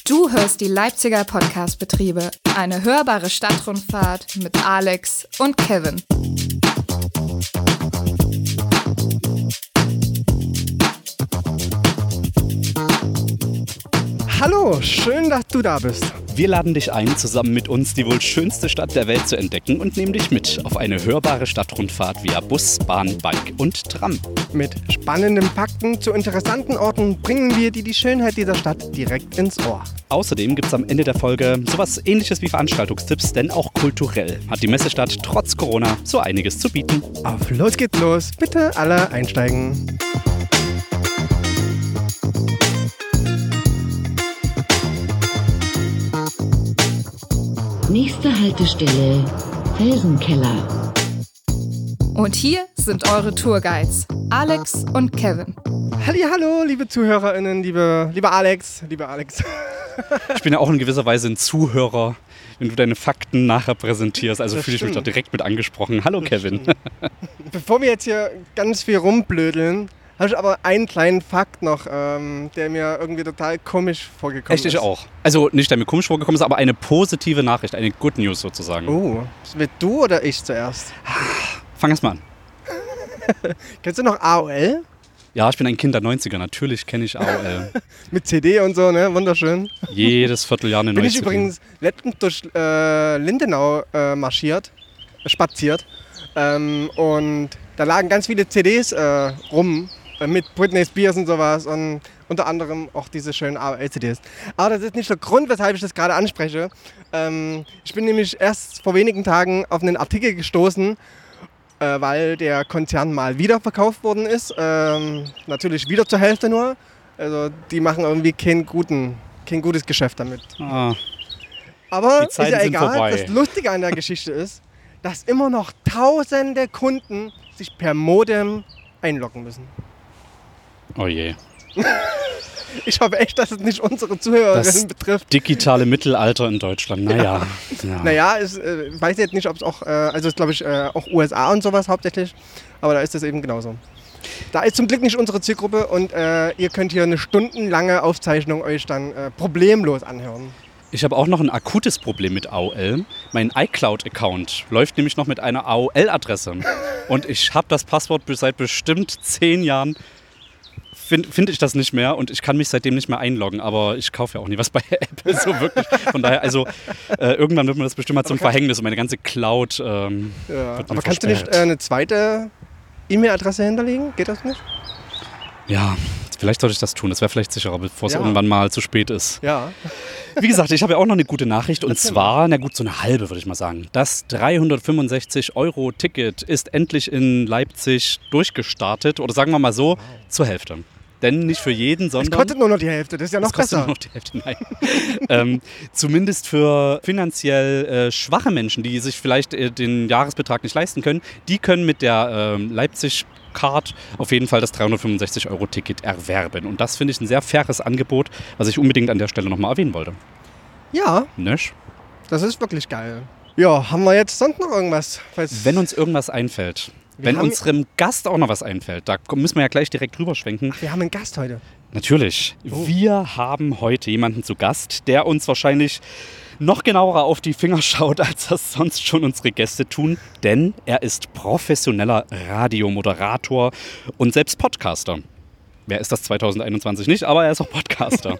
Du hörst die Leipziger Podcast-Betriebe, eine hörbare Stadtrundfahrt mit Alex und Kevin. Hallo, schön, dass du da bist. Wir laden dich ein, zusammen mit uns die wohl schönste Stadt der Welt zu entdecken und nehmen dich mit auf eine hörbare Stadtrundfahrt via Bus, Bahn, Bike und Tram. Mit spannenden Fakten zu interessanten Orten bringen wir dir die Schönheit dieser Stadt direkt ins Ohr. Außerdem gibt es am Ende der Folge sowas Ähnliches wie Veranstaltungstipps, denn auch kulturell hat die Messestadt trotz Corona so einiges zu bieten. Auf los geht's los, bitte alle einsteigen. Nächste Haltestelle, Felsenkeller. Und hier sind eure Tourguides, Alex und Kevin. Hallo, liebe ZuhörerInnen, lieber Alex. Ich bin ja auch in gewisser Weise ein Zuhörer, wenn du deine Fakten nachher präsentierst. Also fühle ich mich da direkt mit angesprochen. Hallo Kevin. Bevor wir jetzt hier ganz viel rumblödeln, habe ich aber einen kleinen Fakt noch, der mir irgendwie total komisch vorgekommen ist. Echt, ich auch. Also nicht, der mir komisch vorgekommen ist, aber eine positive Nachricht, eine Good News sozusagen. Oh, wird du oder ich zuerst? Fang erst mal an. Kennst du noch AOL? Ja, ich bin ein Kind der 90er, natürlich kenne ich AOL. Mit CD und so, ne? Wunderschön. Jedes Vierteljahr eine neue Bin ich CD. übrigens letztens durch Lindenau spaziert. Und da lagen ganz viele CDs rum, mit Britney Spears und sowas und unter anderem auch diese schönen AOL-CDs. Aber das ist nicht der Grund, weshalb ich das gerade anspreche. Ich bin nämlich erst vor wenigen Tagen auf einen Artikel gestoßen, weil der Konzern mal wieder verkauft worden ist. Natürlich wieder zur Hälfte nur. Also die machen irgendwie kein gutes Geschäft damit. Ah, Aber die ist Zeiten ja sind egal. vorbei. Das Lustige an der Geschichte ist, dass immer noch tausende Kunden sich per Modem einloggen müssen. oh je. Ich hoffe echt, dass es nicht unsere Zuhörerinnen Das betrifft. digitale Mittelalter in Deutschland, naja. Ja. Naja, ich weiß jetzt nicht, ob es auch, also glaube ich auch USA und sowas hauptsächlich, aber da ist das eben genauso. Da ist zum Glück nicht unsere Zielgruppe und ihr könnt hier eine stundenlange Aufzeichnung euch dann problemlos anhören. Ich habe auch noch ein akutes Problem mit AOL. Mein iCloud-Account läuft nämlich noch mit einer AOL-Adresse. Und ich habe das Passwort seit bestimmt 10 Jahren. Finde ich das nicht mehr und ich kann mich seitdem nicht mehr einloggen, aber ich kaufe ja auch nie was bei Apple, so wirklich. Von daher, also irgendwann wird mir das bestimmt mal zum Verhängnis und meine ganze Cloud wird mir Aber kannst du nicht versperrt. eine zweite E-Mail-Adresse hinterlegen? Geht das nicht? Ja, vielleicht sollte ich das tun, das wäre vielleicht sicherer, bevor es Ja. irgendwann mal zu spät ist. Ja. Wie gesagt, ich habe ja auch noch eine gute Nachricht und zwar, na gut, so eine halbe würde ich mal sagen. Das 365-Euro-Ticket ist endlich in Leipzig durchgestartet oder sagen wir mal so, zur Hälfte. Denn nicht für jeden, Es sondern... kostet nur noch die Hälfte, das ist ja noch Das kostet besser. nur noch die Hälfte, nein. Zumindest für finanziell schwache Menschen, die sich vielleicht den Jahresbetrag nicht leisten können, die können mit der Leipzig-Card auf jeden Fall das 365-Euro-Ticket erwerben. Und das finde ich ein sehr faires Angebot, was ich unbedingt an der Stelle nochmal erwähnen wollte. Ja, Nösch? das ist wirklich geil. Ja, haben wir jetzt sonst noch irgendwas? Wenn uns irgendwas einfällt, wenn haben- unserem Gast auch noch was einfällt, da müssen wir ja gleich direkt drüber schwenken. Wir haben einen Gast heute. Natürlich. Wir haben heute jemanden zu Gast, der uns wahrscheinlich noch genauer auf die Finger schaut, als das sonst schon unsere Gäste tun. Denn er ist professioneller Radiomoderator und selbst Podcaster. Wer ist das 2021 nicht, aber er ist auch Podcaster.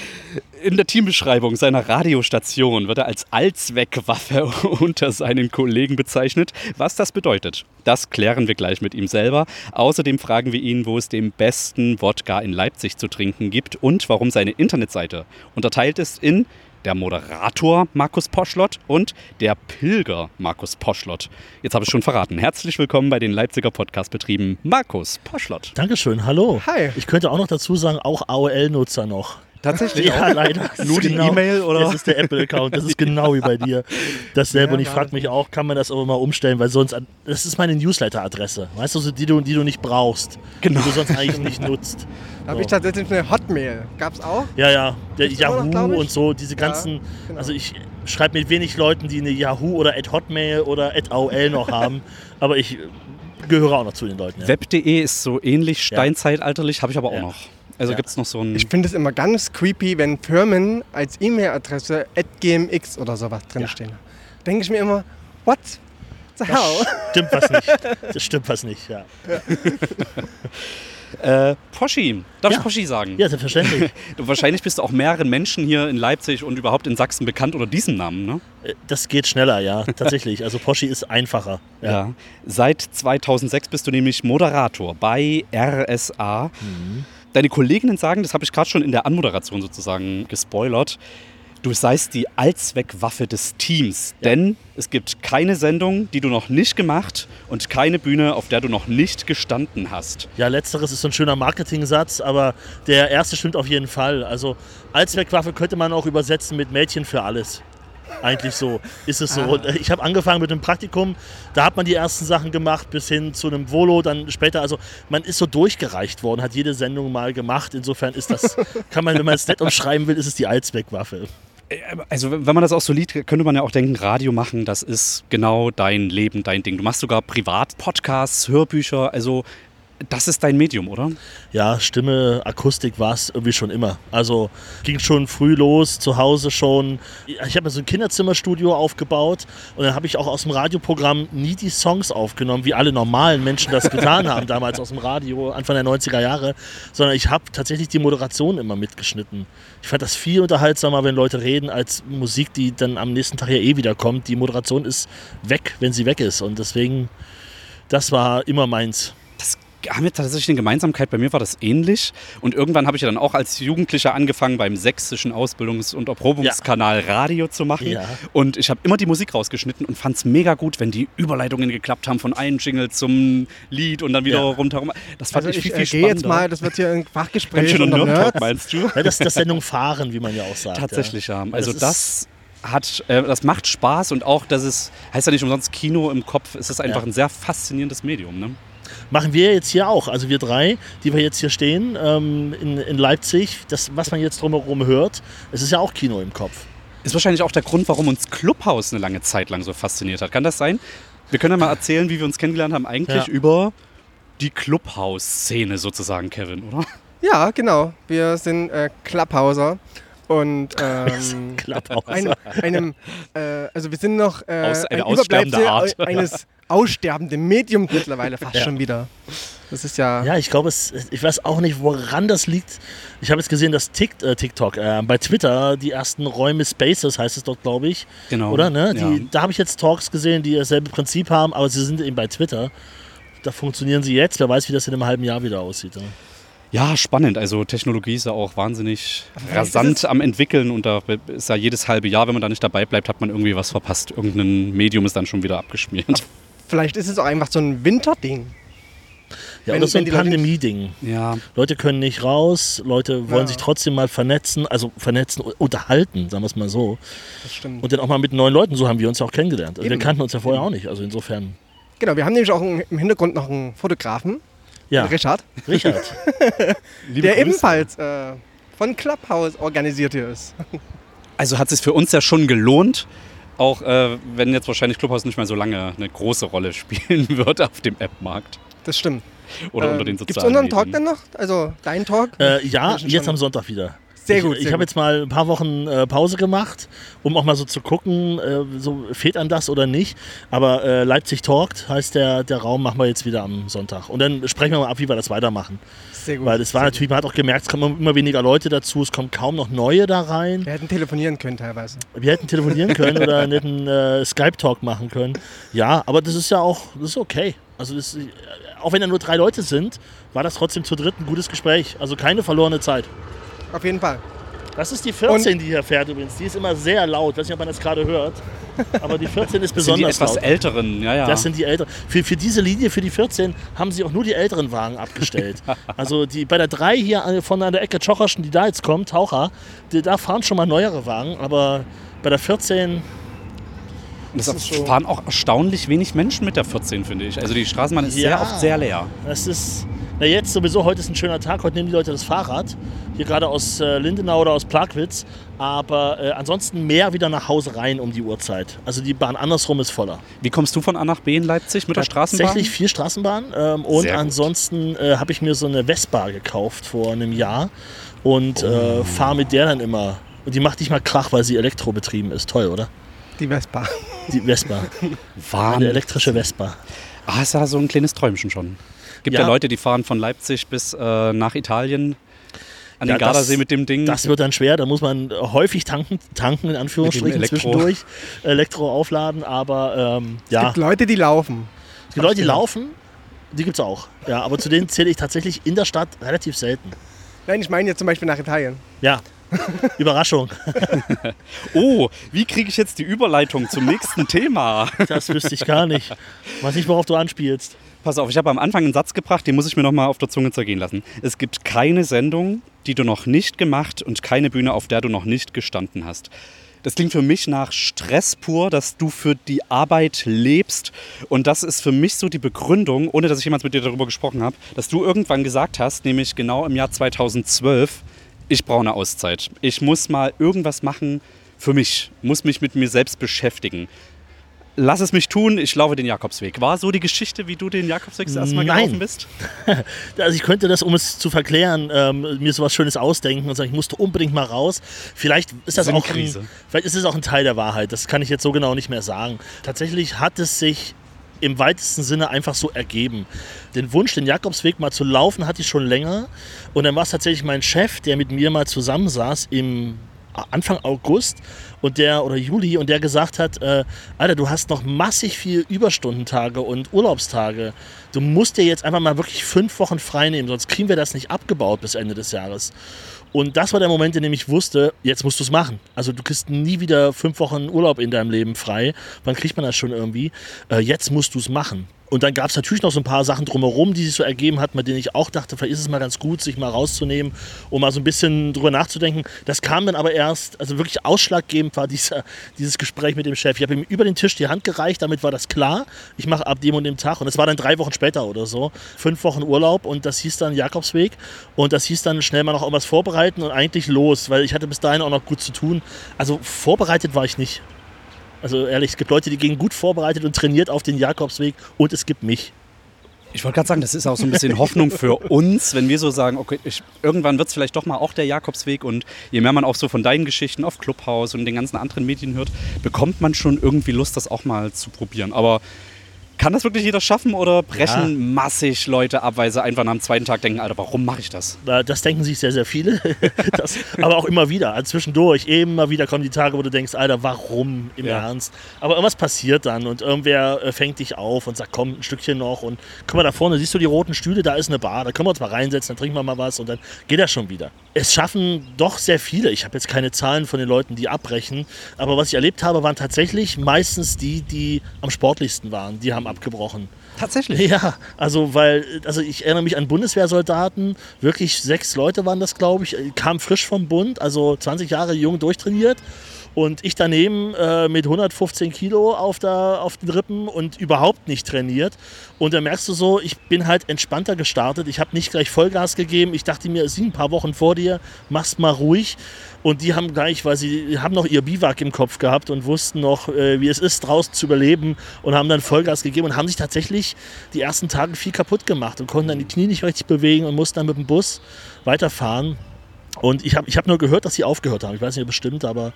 In der Teambeschreibung seiner Radiostation wird er als Allzweckwaffe unter seinen Kollegen bezeichnet. Was das bedeutet, das klären wir gleich mit ihm selber. Außerdem fragen wir ihn, wo es den besten Wodka in Leipzig zu trinken gibt und warum seine Internetseite unterteilt ist in der Moderator Markus Poschlott und der Pilger Markus Poschlott. Jetzt habe ich schon verraten. Herzlich willkommen bei den Leipziger Podcast-Betrieben Markus Poschlott. Dankeschön, hallo. Hi. Ich könnte auch noch dazu sagen, auch AOL-Nutzer noch. Tatsächlich Ja, leider. Das Nur ist die E-Mail, oder? Das ist der Apple-Account, das ist genau wie bei dir. Dasselbe. Ja, Und ich frage mich auch, kann man das aber mal umstellen, weil sonst, das ist meine Newsletter-Adresse, weißt du, so die du nicht brauchst, Genau. die du sonst eigentlich nicht nutzt. Da habe ich tatsächlich eine Hotmail. Gab's auch? Ja, der Gibt's auch noch, glaub Yahoo ich? und so, diese ganzen, genau. also ich schreibe mit wenig Leuten, die eine Yahoo oder @Hotmail oder @AOL noch haben, aber ich gehöre auch noch zu den Leuten. Ja. Web.de ist so ähnlich steinzeitalterlich, habe ich aber auch Ja. noch. Also Ja. gibt es noch so ein... Ich finde es immer ganz creepy, wenn Firmen als E-Mail-Adresse @gmx oder sowas drinstehen. Denke ich mir immer, what the hell? Stimmt was nicht. Das stimmt was nicht, ja. Poschi. Darf ich Ja. Poschi sagen? Ja, selbstverständlich. Wahrscheinlich bist du auch mehreren Menschen hier in Leipzig und überhaupt in Sachsen bekannt unter diesem Namen, ne? Das geht schneller, ja, tatsächlich. Also Poschi ist einfacher. Ja. Seit 2006 bist du nämlich Moderator bei RSA. Deine Kolleginnen sagen, das habe ich gerade schon in der Anmoderation sozusagen gespoilert, du seist die Allzweckwaffe des Teams. Denn es gibt keine Sendung, die du noch nicht gemacht und keine Bühne, auf der du noch nicht gestanden hast. Ja, letzteres ist so ein schöner Marketing-Satz, aber der erste stimmt auf jeden Fall. Also Allzweckwaffe könnte man auch übersetzen mit Mädchen für alles. Eigentlich so ist es so. Und ich habe angefangen mit einem Praktikum, da hat man die ersten Sachen gemacht, bis hin zu einem Volo, dann später, also man ist so durchgereicht worden, hat jede Sendung mal gemacht. Insofern ist das, kann man, wenn man es nett umschreiben will, ist es die Allzweckwaffe. Also wenn man das auch so liest, könnte man ja auch denken, Radio machen, das ist genau dein Leben, dein Ding. Du machst sogar privat Podcasts, Hörbücher, also das ist dein Medium, oder? Ja, Stimme, Akustik war es irgendwie schon immer. Also ging schon früh los, zu Hause schon. Ich habe mir so ein Kinderzimmerstudio aufgebaut und dann habe ich auch aus dem Radioprogramm nie die Songs aufgenommen, wie alle normalen Menschen das getan haben, damals aus dem Radio, Anfang der 90er Jahre, sondern ich habe tatsächlich die Moderation immer mitgeschnitten. Ich fand das viel unterhaltsamer, wenn Leute reden, als Musik, die dann am nächsten Tag ja eh wieder kommt. Die Moderation ist weg, wenn sie weg ist und deswegen, das war immer meins. Haben wir tatsächlich eine Gemeinsamkeit, bei mir war das ähnlich und irgendwann habe ich ja dann auch als Jugendlicher angefangen beim sächsischen Ausbildungs- und Erprobungskanal Radio zu machen und ich habe immer die Musik rausgeschnitten und fand es mega gut, wenn die Überleitungen geklappt haben von einem Jingle zum Lied und dann wieder rundherum. Das fand ich viel gehe spannender. jetzt mal, das wird hier ein Fachgespräch. Ganz schön unter Nerd-Talk, Nerds. meinst du? Ja, das Sendung Fahren, wie man ja auch sagt. Tatsächlich, ja. Weil Also das das macht Spaß und auch, dass es, heißt ja nicht umsonst Kino im Kopf, es ist einfach Ja. ein sehr faszinierendes Medium, ne? Machen wir jetzt hier auch. Also wir drei, die wir jetzt hier stehen in Leipzig, das, was man jetzt drumherum hört, es ist ja auch Kino im Kopf. Ist wahrscheinlich auch der Grund, warum uns Clubhouse eine lange Zeit lang so fasziniert hat. Kann das sein? Wir können ja mal erzählen, wie wir uns kennengelernt haben, eigentlich über die Clubhouse-Szene sozusagen, Kevin, oder? Ja, genau. Wir sind Clubhauser. Und Clubhouse. also wir sind noch Eine ein aussterbende Überbleibsel Art. eines aussterbenden Mediums mittlerweile fast schon wieder. Das ist ja... Ja, ich glaube, ich weiß auch nicht, woran das liegt. Ich habe jetzt gesehen, dass TikTok, bei Twitter, die ersten Räume Spaces heißt es dort, glaube ich. Genau. Oder? Ne? Ja. Da habe ich jetzt Talks gesehen, die dasselbe Prinzip haben, aber sie sind eben bei Twitter. Da funktionieren sie jetzt. Wer weiß, wie das in einem halben Jahr wieder aussieht. Ne? Ja, spannend. Also Technologie ist ja auch wahnsinnig rasant am entwickeln und da ist ja jedes halbe Jahr, wenn man da nicht dabei bleibt, hat man irgendwie was verpasst. Irgendein Medium ist dann schon wieder abgeschmiert. Vielleicht ist es auch einfach so ein Winterding. Ja, Wenn- oder so ein wenn die Leute- Pandemie-Ding. Ja, Leute können nicht raus, Leute wollen Ja. sich trotzdem mal vernetzen, unterhalten, sagen wir es mal so. Das stimmt. Und dann auch mal mit neuen Leuten, so haben wir uns ja auch kennengelernt. Also wir Eben. kannten uns ja vorher auch nicht, also insofern. Genau, wir haben nämlich auch im Hintergrund noch einen Fotografen, Ja, Richard, Richard. der ebenfalls von Clubhouse organisiert hier ist. also hat es für uns ja schon gelohnt, auch wenn jetzt wahrscheinlich Clubhouse nicht mehr so lange eine große Rolle spielen wird auf dem App-Markt Das stimmt. oder unter den Gibt es sozialen unseren Talk Medien. denn noch? Also dein Talk? Ja, Schon. jetzt am Sonntag wieder. Sehr gut, Ich sehr habe gut. jetzt mal ein paar Wochen Pause gemacht, um auch mal so zu gucken, so fehlt einem das oder nicht. Aber Leipzig Talkt heißt der Raum, machen wir jetzt wieder am Sonntag. Und dann sprechen wir mal ab, wie wir das weitermachen. Sehr gut. Weil es war sehr natürlich, man hat auch gemerkt, es kommen immer weniger Leute dazu, es kommen kaum noch neue da rein. gut. Wir hätten telefonieren können teilweise. Wir hätten telefonieren können oder einen Skype-Talk machen können. Ja, aber das ist ja auch, das ist okay. Also das, auch wenn da nur 3 Leute sind, war das trotzdem zu dritt ein gutes Gespräch. Also keine verlorene Zeit. Auf jeden Fall. Das ist die 14, die hier fährt übrigens. Die ist immer sehr laut. Ich weiß nicht, ob man das gerade hört. Aber die 14 ist Das sind die besonders etwas laut. älteren, ja. Das sind die Älteren. Für diese Linie, für die 14, haben sie auch nur die älteren Wagen abgestellt. Also bei der 3 hier von an der Ecke Tschocherschen, die da jetzt kommt, Taucher, da fahren schon mal neuere Wagen. Aber bei der 14, Es fahren auch erstaunlich wenig Menschen mit der 14, finde ich. Also die Straßenbahn ist sehr oft sehr leer. Das ist, jetzt sowieso, heute ist ein schöner Tag, heute nehmen die Leute das Fahrrad, hier gerade aus Lindenau oder aus Plagwitz, aber ansonsten mehr wieder nach Hause rein um die Uhrzeit. Also die Bahn andersrum ist voller. Wie kommst du von A nach B in Leipzig mit der Straßenbahn? Tatsächlich 4 Straßenbahnen und ansonsten habe ich mir so eine Vespa gekauft vor einem Jahr und fahre mit der dann immer. Und die macht nicht mal Krach, weil sie elektrobetrieben ist. Toll, oder? Die Vespa. Die Vespa. Eine elektrische Vespa. Ah, ist ja so ein kleines Träumchen schon. Gibt ja Leute, die fahren von Leipzig bis nach Italien an den Gardasee mit dem Ding. Das wird dann schwer, da muss man häufig tanken in Anführungsstrichen zwischendurch, Elektro aufladen, aber Es gibt Leute, die laufen. Es gibt Leute, die laufen, die gibt es auch. Ja, aber zu denen zähle ich tatsächlich in der Stadt relativ selten. Nein, ich meine jetzt zum Beispiel nach Italien. Ja. Überraschung. Oh, wie kriege ich jetzt die Überleitung zum nächsten Thema? Das wüsste ich gar nicht. Weiß nicht, worauf du anspielst. Pass auf, ich habe am Anfang einen Satz gebracht, den muss ich mir noch mal auf der Zunge zergehen lassen. Es gibt keine Sendung, die du noch nicht gemacht und keine Bühne, auf der du noch nicht gestanden hast. Das klingt für mich nach Stress pur, dass du für die Arbeit lebst. Und das ist für mich so die Begründung, ohne dass ich jemals mit dir darüber gesprochen habe, dass du irgendwann gesagt hast, nämlich genau im Jahr 2012, ich brauche eine Auszeit. Ich muss mal irgendwas machen für mich, muss mich mit mir selbst beschäftigen. Lass es mich tun, ich laufe den Jakobsweg. War so die Geschichte, wie du den Jakobsweg das erste Mal gelaufen bist? Also ich könnte das, um es zu verklären, mir so was Schönes ausdenken und sagen, ich musste unbedingt mal raus. Vielleicht ist das auch ein Teil der Wahrheit. Das kann ich jetzt so genau nicht mehr sagen. Tatsächlich hat es sich im weitesten Sinne einfach so ergeben. Den Wunsch, den Jakobsweg mal zu laufen, hatte ich schon länger. Und dann war es tatsächlich mein Chef, der mit mir mal zusammensaß im Anfang August oder Juli und der gesagt hat, Alter, du hast noch massig viel Überstundentage und Urlaubstage. Du musst dir jetzt einfach mal wirklich 5 Wochen frei nehmen, sonst kriegen wir das nicht abgebaut bis Ende des Jahres. Und das war der Moment, in dem ich wusste, jetzt musst du es machen. Also du kriegst nie wieder 5 Wochen Urlaub in deinem Leben frei. Wann kriegt man das schon irgendwie? Jetzt musst du es machen. Und dann gab es natürlich noch so ein paar Sachen drumherum, die sich so ergeben hatten, mit denen ich auch dachte, vielleicht ist es mal ganz gut, sich mal rauszunehmen, um mal so ein bisschen drüber nachzudenken. Das kam dann aber erst, also wirklich ausschlaggebend war dieses Gespräch mit dem Chef. Ich habe ihm über den Tisch die Hand gereicht, damit war das klar. Ich mache ab dem und dem Tag. Und es war dann 3 Wochen später oder so, 5 Wochen Urlaub und das hieß dann Jakobsweg. Und das hieß dann schnell mal noch irgendwas vorbereiten und eigentlich los, weil ich hatte bis dahin auch noch gut zu tun. Also vorbereitet war ich nicht. Also ehrlich, es gibt Leute, die gehen gut vorbereitet und trainiert auf den Jakobsweg und es gibt mich. Ich wollte gerade sagen, das ist auch so ein bisschen Hoffnung für uns, wenn wir so sagen, okay, irgendwann wird es vielleicht doch mal auch der Jakobsweg und je mehr man auch so von deinen Geschichten auf Clubhouse und den ganzen anderen Medien hört, bekommt man schon irgendwie Lust, das auch mal zu probieren. Aber kann das wirklich jeder schaffen oder brechen massig Leute ab, weil sie einfach nach dem zweiten Tag denken, Alter, warum mache ich das? Das denken sich sehr, sehr viele, aber auch immer wieder. Also zwischendurch, immer wieder kommen die Tage, wo du denkst, Alter, warum im Ernst? Aber irgendwas passiert dann und irgendwer fängt dich auf und sagt, komm, ein Stückchen noch und guck mal da vorne, siehst du die roten Stühle, da ist eine Bar, da können wir uns mal reinsetzen, dann trinken wir mal was und dann geht das schon wieder. Es schaffen doch sehr viele, ich habe jetzt keine Zahlen von den Leuten, die abbrechen, aber was ich erlebt habe, waren tatsächlich meistens die am sportlichsten waren, die haben abgebrochen. Tatsächlich? Ja, also ich erinnere mich an Bundeswehrsoldaten, wirklich 6 Leute waren das, glaube ich, kamen frisch vom Bund, also 20 Jahre jung durchtrainiert. Und ich daneben mit 115 Kilo auf den Rippen und überhaupt nicht trainiert. Und dann merkst du so, ich bin halt entspannter gestartet. Ich habe nicht gleich Vollgas gegeben. Ich dachte mir, es sind ein paar Wochen vor dir, mach's mal ruhig. Und die haben gleich, weil sie haben noch ihr Biwak im Kopf gehabt und wussten noch, wie es ist, draußen zu überleben und haben dann Vollgas gegeben und haben sich tatsächlich die ersten Tage viel kaputt gemacht und konnten dann die Knie nicht richtig bewegen und mussten dann mit dem Bus weiterfahren. Und ich hab nur gehört, dass sie aufgehört haben. Ich weiß nicht, bestimmt, aber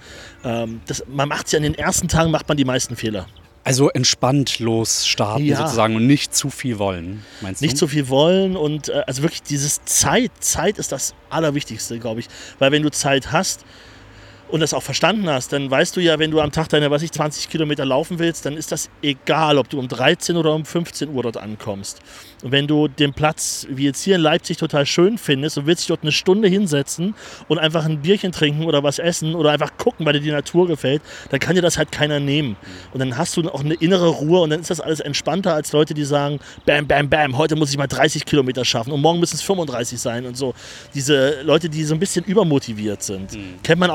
man macht es ja in den ersten Tagen, macht man die meisten Fehler. Also entspannt losstarten sozusagen und nicht zu viel wollen, meinst du? Nicht zu viel wollen und also wirklich dieses Zeit ist das Allerwichtigste, glaube ich. Weil wenn du Zeit hast und das auch verstanden hast, dann weißt du ja, wenn du am Tag deine, 20 Kilometer laufen willst, dann ist das egal, ob du um 13 oder um 15 Uhr dort ankommst. Und wenn du den Platz, wie jetzt hier in Leipzig, total schön findest und willst dich dort eine Stunde hinsetzen und einfach ein Bierchen trinken oder was essen oder einfach gucken, weil dir die Natur gefällt, dann kann dir das halt keiner nehmen. Und dann hast du auch eine innere Ruhe und dann ist das alles entspannter als Leute, die sagen, bam, bam, bam, heute muss ich mal 30 Kilometer schaffen und morgen müssen es 35 sein und so. Diese Leute, die so ein bisschen übermotiviert sind. Kennt man auch aus Clubhouse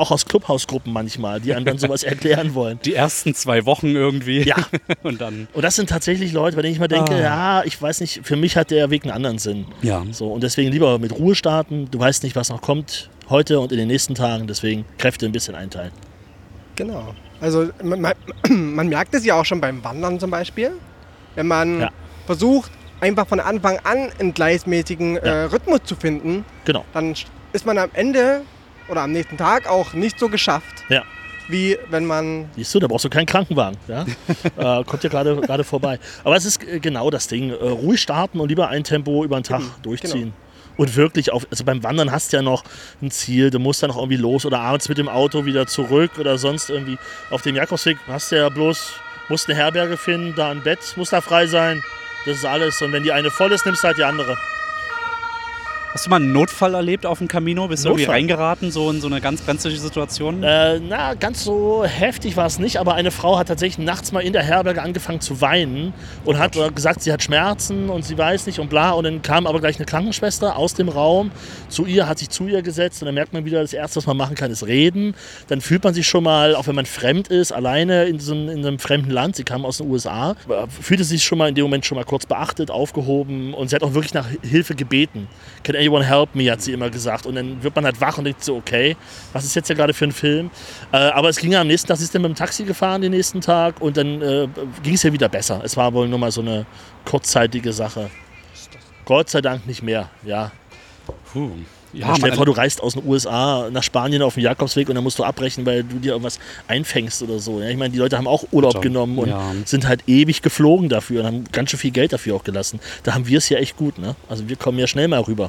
Clubhouse-Gruppen manchmal, die einem dann sowas erklären wollen. Die ersten 2 Wochen irgendwie. Ja. Und dann. Und das sind tatsächlich Leute, bei denen ich mal denke, ja, ich weiß nicht, für mich hat der Weg einen anderen Sinn. Ja. So, und deswegen lieber mit Ruhe starten. Du weißt nicht, was noch kommt heute und in den nächsten Tagen. Deswegen Kräfte ein bisschen einteilen. Genau. Also man merkt es ja auch schon beim Wandern zum Beispiel. Wenn man versucht, einfach von Anfang an einen gleichmäßigen Rhythmus zu finden, Genau. dann ist man am Ende oder am nächsten Tag auch nicht so geschafft, Ja. wie wenn man... Siehst du, da brauchst du keinen Krankenwagen. Ja? Kommt ja gerade vorbei. Aber es ist genau das Ding. Ruhig starten und lieber ein Tempo über den Tag durchziehen. Genau. Und wirklich, also beim Wandern hast du ja noch ein Ziel, du musst dann noch irgendwie los oder abends mit dem Auto wieder zurück oder sonst irgendwie. Auf dem Jakobsweg hast du ja bloß, musst eine Herberge finden, da ein Bett muss da frei sein. Das ist alles. Und wenn die eine voll ist, nimmst du halt die andere. Hast du mal einen Notfall erlebt auf dem Camino? Bist du irgendwie Notfall? reingeraten, so in so eine ganz brenzliche Situation? Ganz so heftig war es nicht, aber eine Frau hat tatsächlich nachts mal in der Herberge angefangen zu weinen und hat gesagt, sie hat Schmerzen und sie weiß nicht und bla. Und dann kam aber gleich eine Krankenschwester aus dem Raum zu ihr, hat sich zu ihr gesetzt und dann merkt man wieder, das Erste, was man machen kann, ist reden. Dann fühlt man sich schon mal, auch wenn man fremd ist, alleine in einem fremden Land, sie kam aus den USA, fühlte sich schon mal in dem Moment schon mal kurz beachtet, aufgehoben und sie hat auch wirklich nach Hilfe gebeten. Can anyone help me, hat sie immer gesagt. Und dann wird man halt wach und denkt so, okay, was ist jetzt ja gerade für ein Film? Aber es ging ja am nächsten Tag, sie ist dann mit dem Taxi gefahren den nächsten Tag und dann ging es ja wieder besser. Es war wohl nur mal so eine kurzzeitige Sache. Gott sei Dank nicht mehr, ja. Puh. Ja, stell dir vor, du reist aus den USA nach Spanien auf dem Jakobsweg und dann musst du abbrechen, weil du dir irgendwas einfängst oder so. Ja, ich meine, die Leute haben auch Urlaub genommen und sind halt ewig geflogen dafür und haben ganz schön viel Geld dafür auch gelassen. Da haben wir es ja echt gut, ne? Also wir kommen ja schnell mal rüber.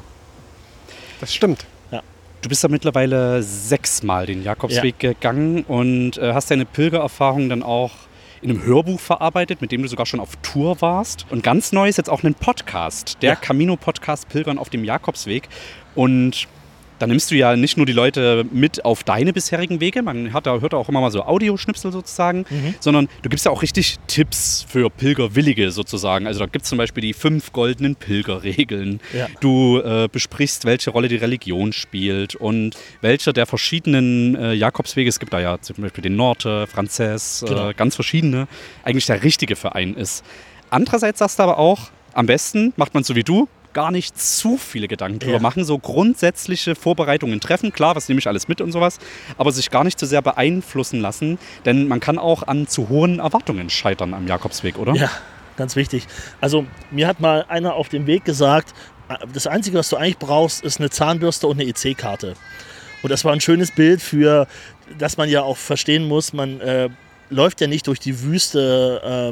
Das stimmt. Ja. Du bist ja mittlerweile 6-mal den Jakobsweg gegangen und hast deine Pilgererfahrung dann auch in einem Hörbuch verarbeitet, mit dem du sogar schon auf Tour warst. Und ganz neu ist jetzt auch ein Podcast, der Camino-Podcast Pilgern auf dem Jakobsweg. Und da nimmst du ja nicht nur die Leute mit auf deine bisherigen Wege, man hört auch immer mal so Audioschnipsel sozusagen, sondern du gibst ja auch richtig Tipps für Pilgerwillige sozusagen. Also da gibt es zum Beispiel die 5 goldenen Pilgerregeln. Ja. Du besprichst, welche Rolle die Religion spielt und welcher der verschiedenen Jakobswege, es gibt da ja zum Beispiel den Norte, Frances, ganz verschiedene, eigentlich der richtige für einen ist. Andererseits sagst du aber auch, am besten macht man so wie du, gar nicht zu viele Gedanken drüber machen, so grundsätzliche Vorbereitungen treffen, klar, was nehme ich alles mit und sowas, aber sich gar nicht zu sehr beeinflussen lassen, denn man kann auch an zu hohen Erwartungen scheitern am Jakobsweg, oder? Ja, ganz wichtig. Also mir hat mal einer auf dem Weg gesagt, das Einzige, was du eigentlich brauchst, ist eine Zahnbürste und eine EC-Karte. Und das war ein schönes Bild für, dass man ja auch verstehen muss, man läuft ja nicht durch die Wüste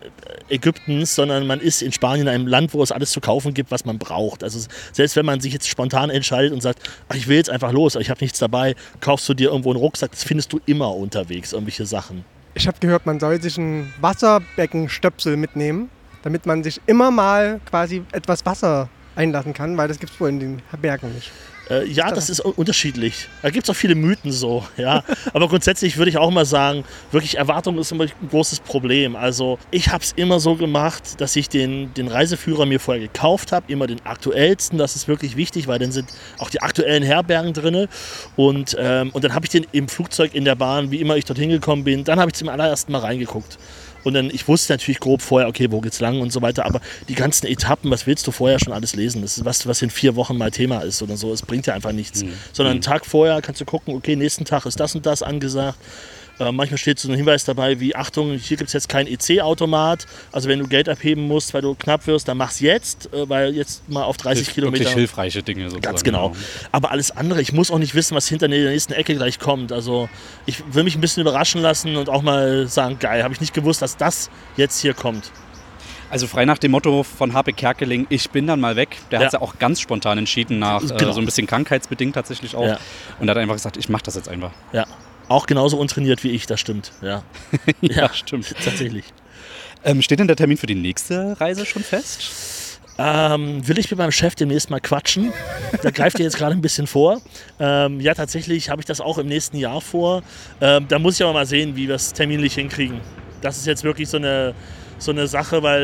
Ägyptens, sondern man ist in Spanien, in einem Land, wo es alles zu kaufen gibt, was man braucht. Also selbst wenn man sich jetzt spontan entscheidet und sagt, ach, ich will jetzt einfach los, ich habe nichts dabei, kaufst du dir irgendwo einen Rucksack, das findest du immer unterwegs, irgendwelche Sachen. Ich habe gehört, man soll sich ein Wasserbeckensstöpsel mitnehmen, damit man sich immer mal quasi etwas Wasser einlassen kann, weil das gibt es wohl in den Bergen nicht. Ja, das ist unterschiedlich. Da gibt es auch viele Mythen so, ja. Aber grundsätzlich würde ich auch mal sagen, wirklich Erwartung ist immer ein großes Problem. Also ich habe es immer so gemacht, dass ich den Reiseführer mir vorher gekauft habe, immer den aktuellsten, das ist wirklich wichtig, weil dann sind auch die aktuellen Herbergen drin. Und dann habe ich den im Flugzeug, in der Bahn, wie immer ich dorthin gekommen bin, dann habe ich zum allerersten Mal reingeguckt. Und dann, ich wusste natürlich grob vorher, okay, wo geht's lang und so weiter, aber die ganzen Etappen, was willst du vorher schon alles lesen? Das ist was in 4 Wochen mal Thema ist oder so. Es bringt ja einfach nichts. Sondern einen Tag vorher kannst du gucken, okay, nächsten Tag ist das und das angesagt. Manchmal steht so ein Hinweis dabei wie, Achtung, hier gibt es jetzt keinen EC-Automat. Also wenn du Geld abheben musst, weil du knapp wirst, dann mach's jetzt, weil jetzt mal auf 30 Kilometer... Wirklich hilfreiche Dinge sozusagen. Ganz genau. Aber alles andere, ich muss auch nicht wissen, was hinter der nächsten Ecke gleich kommt. Also ich will mich ein bisschen überraschen lassen und auch mal sagen, geil, habe ich nicht gewusst, dass das jetzt hier kommt. Also frei nach dem Motto von Harpe Kerkeling, ich bin dann mal weg. Der hat es ja auch ganz spontan entschieden, nach so ein bisschen krankheitsbedingt tatsächlich auch. Ja. Und er hat einfach gesagt, ich mache das jetzt einfach. Ja. Auch genauso untrainiert wie ich, das stimmt. Ja, ja, stimmt. Tatsächlich. Steht denn der Termin für die nächste Reise schon fest? Will ich mit meinem Chef demnächst mal quatschen? Da greift ihr jetzt gerade ein bisschen vor. Ja, tatsächlich habe ich das auch im nächsten Jahr vor. Da muss ich aber mal sehen, wie wir es terminlich hinkriegen. Das ist jetzt wirklich so eine Sache, weil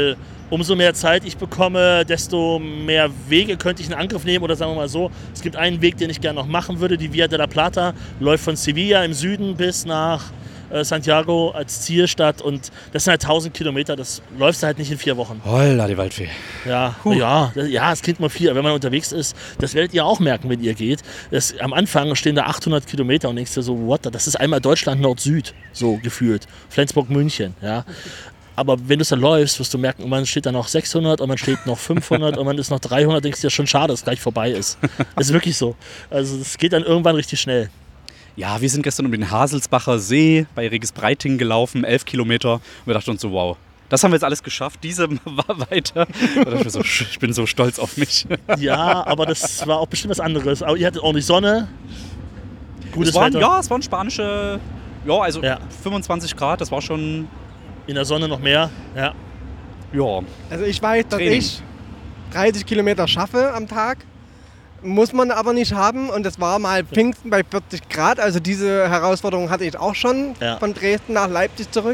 umso mehr Zeit ich bekomme, desto mehr Wege könnte ich in Angriff nehmen. Oder sagen wir mal so, es gibt einen Weg, den ich gerne noch machen würde. Die Via de la Plata läuft von Sevilla im Süden bis nach Santiago als Zielstadt. Und das sind halt 1000 Kilometer. Das läufst du halt nicht in 4 Wochen. Holla, die Waldfee. Ja, es klingt mal viel. Aber wenn man unterwegs ist, das werdet ihr auch merken, wenn ihr geht. Am Anfang stehen da 800 Kilometer und denkst dir so, what? Das ist einmal Deutschland Nord-Süd, so gefühlt. Flensburg-München, ja. Aber wenn du es dann läufst, wirst du merken, man steht da noch 600 und man steht noch 500 und man ist noch 300, denkst du dir schon schade, dass es gleich vorbei ist. Das ist wirklich so. Also es geht dann irgendwann richtig schnell. Ja, wir sind gestern um den Haselsbacher See bei Regis-Breiting gelaufen, 11 Kilometer. Und wir dachten uns so, wow, das haben wir jetzt alles geschafft, diese war weiter. Ich bin so stolz auf mich. Ja, aber das war auch bestimmt was anderes. Aber ihr hattet ordentlich Sonne, gutes Wetter. Ja, es waren spanische, 25 Grad, das war schon... In der Sonne noch mehr, ja. Ja. Also ich weiß, dass Training. ich 30 Kilometer schaffe am Tag. Muss man aber nicht haben. Und das war mal Pfingsten bei 40 Grad. Also diese Herausforderung hatte ich auch schon von Dresden nach Leipzig zurück.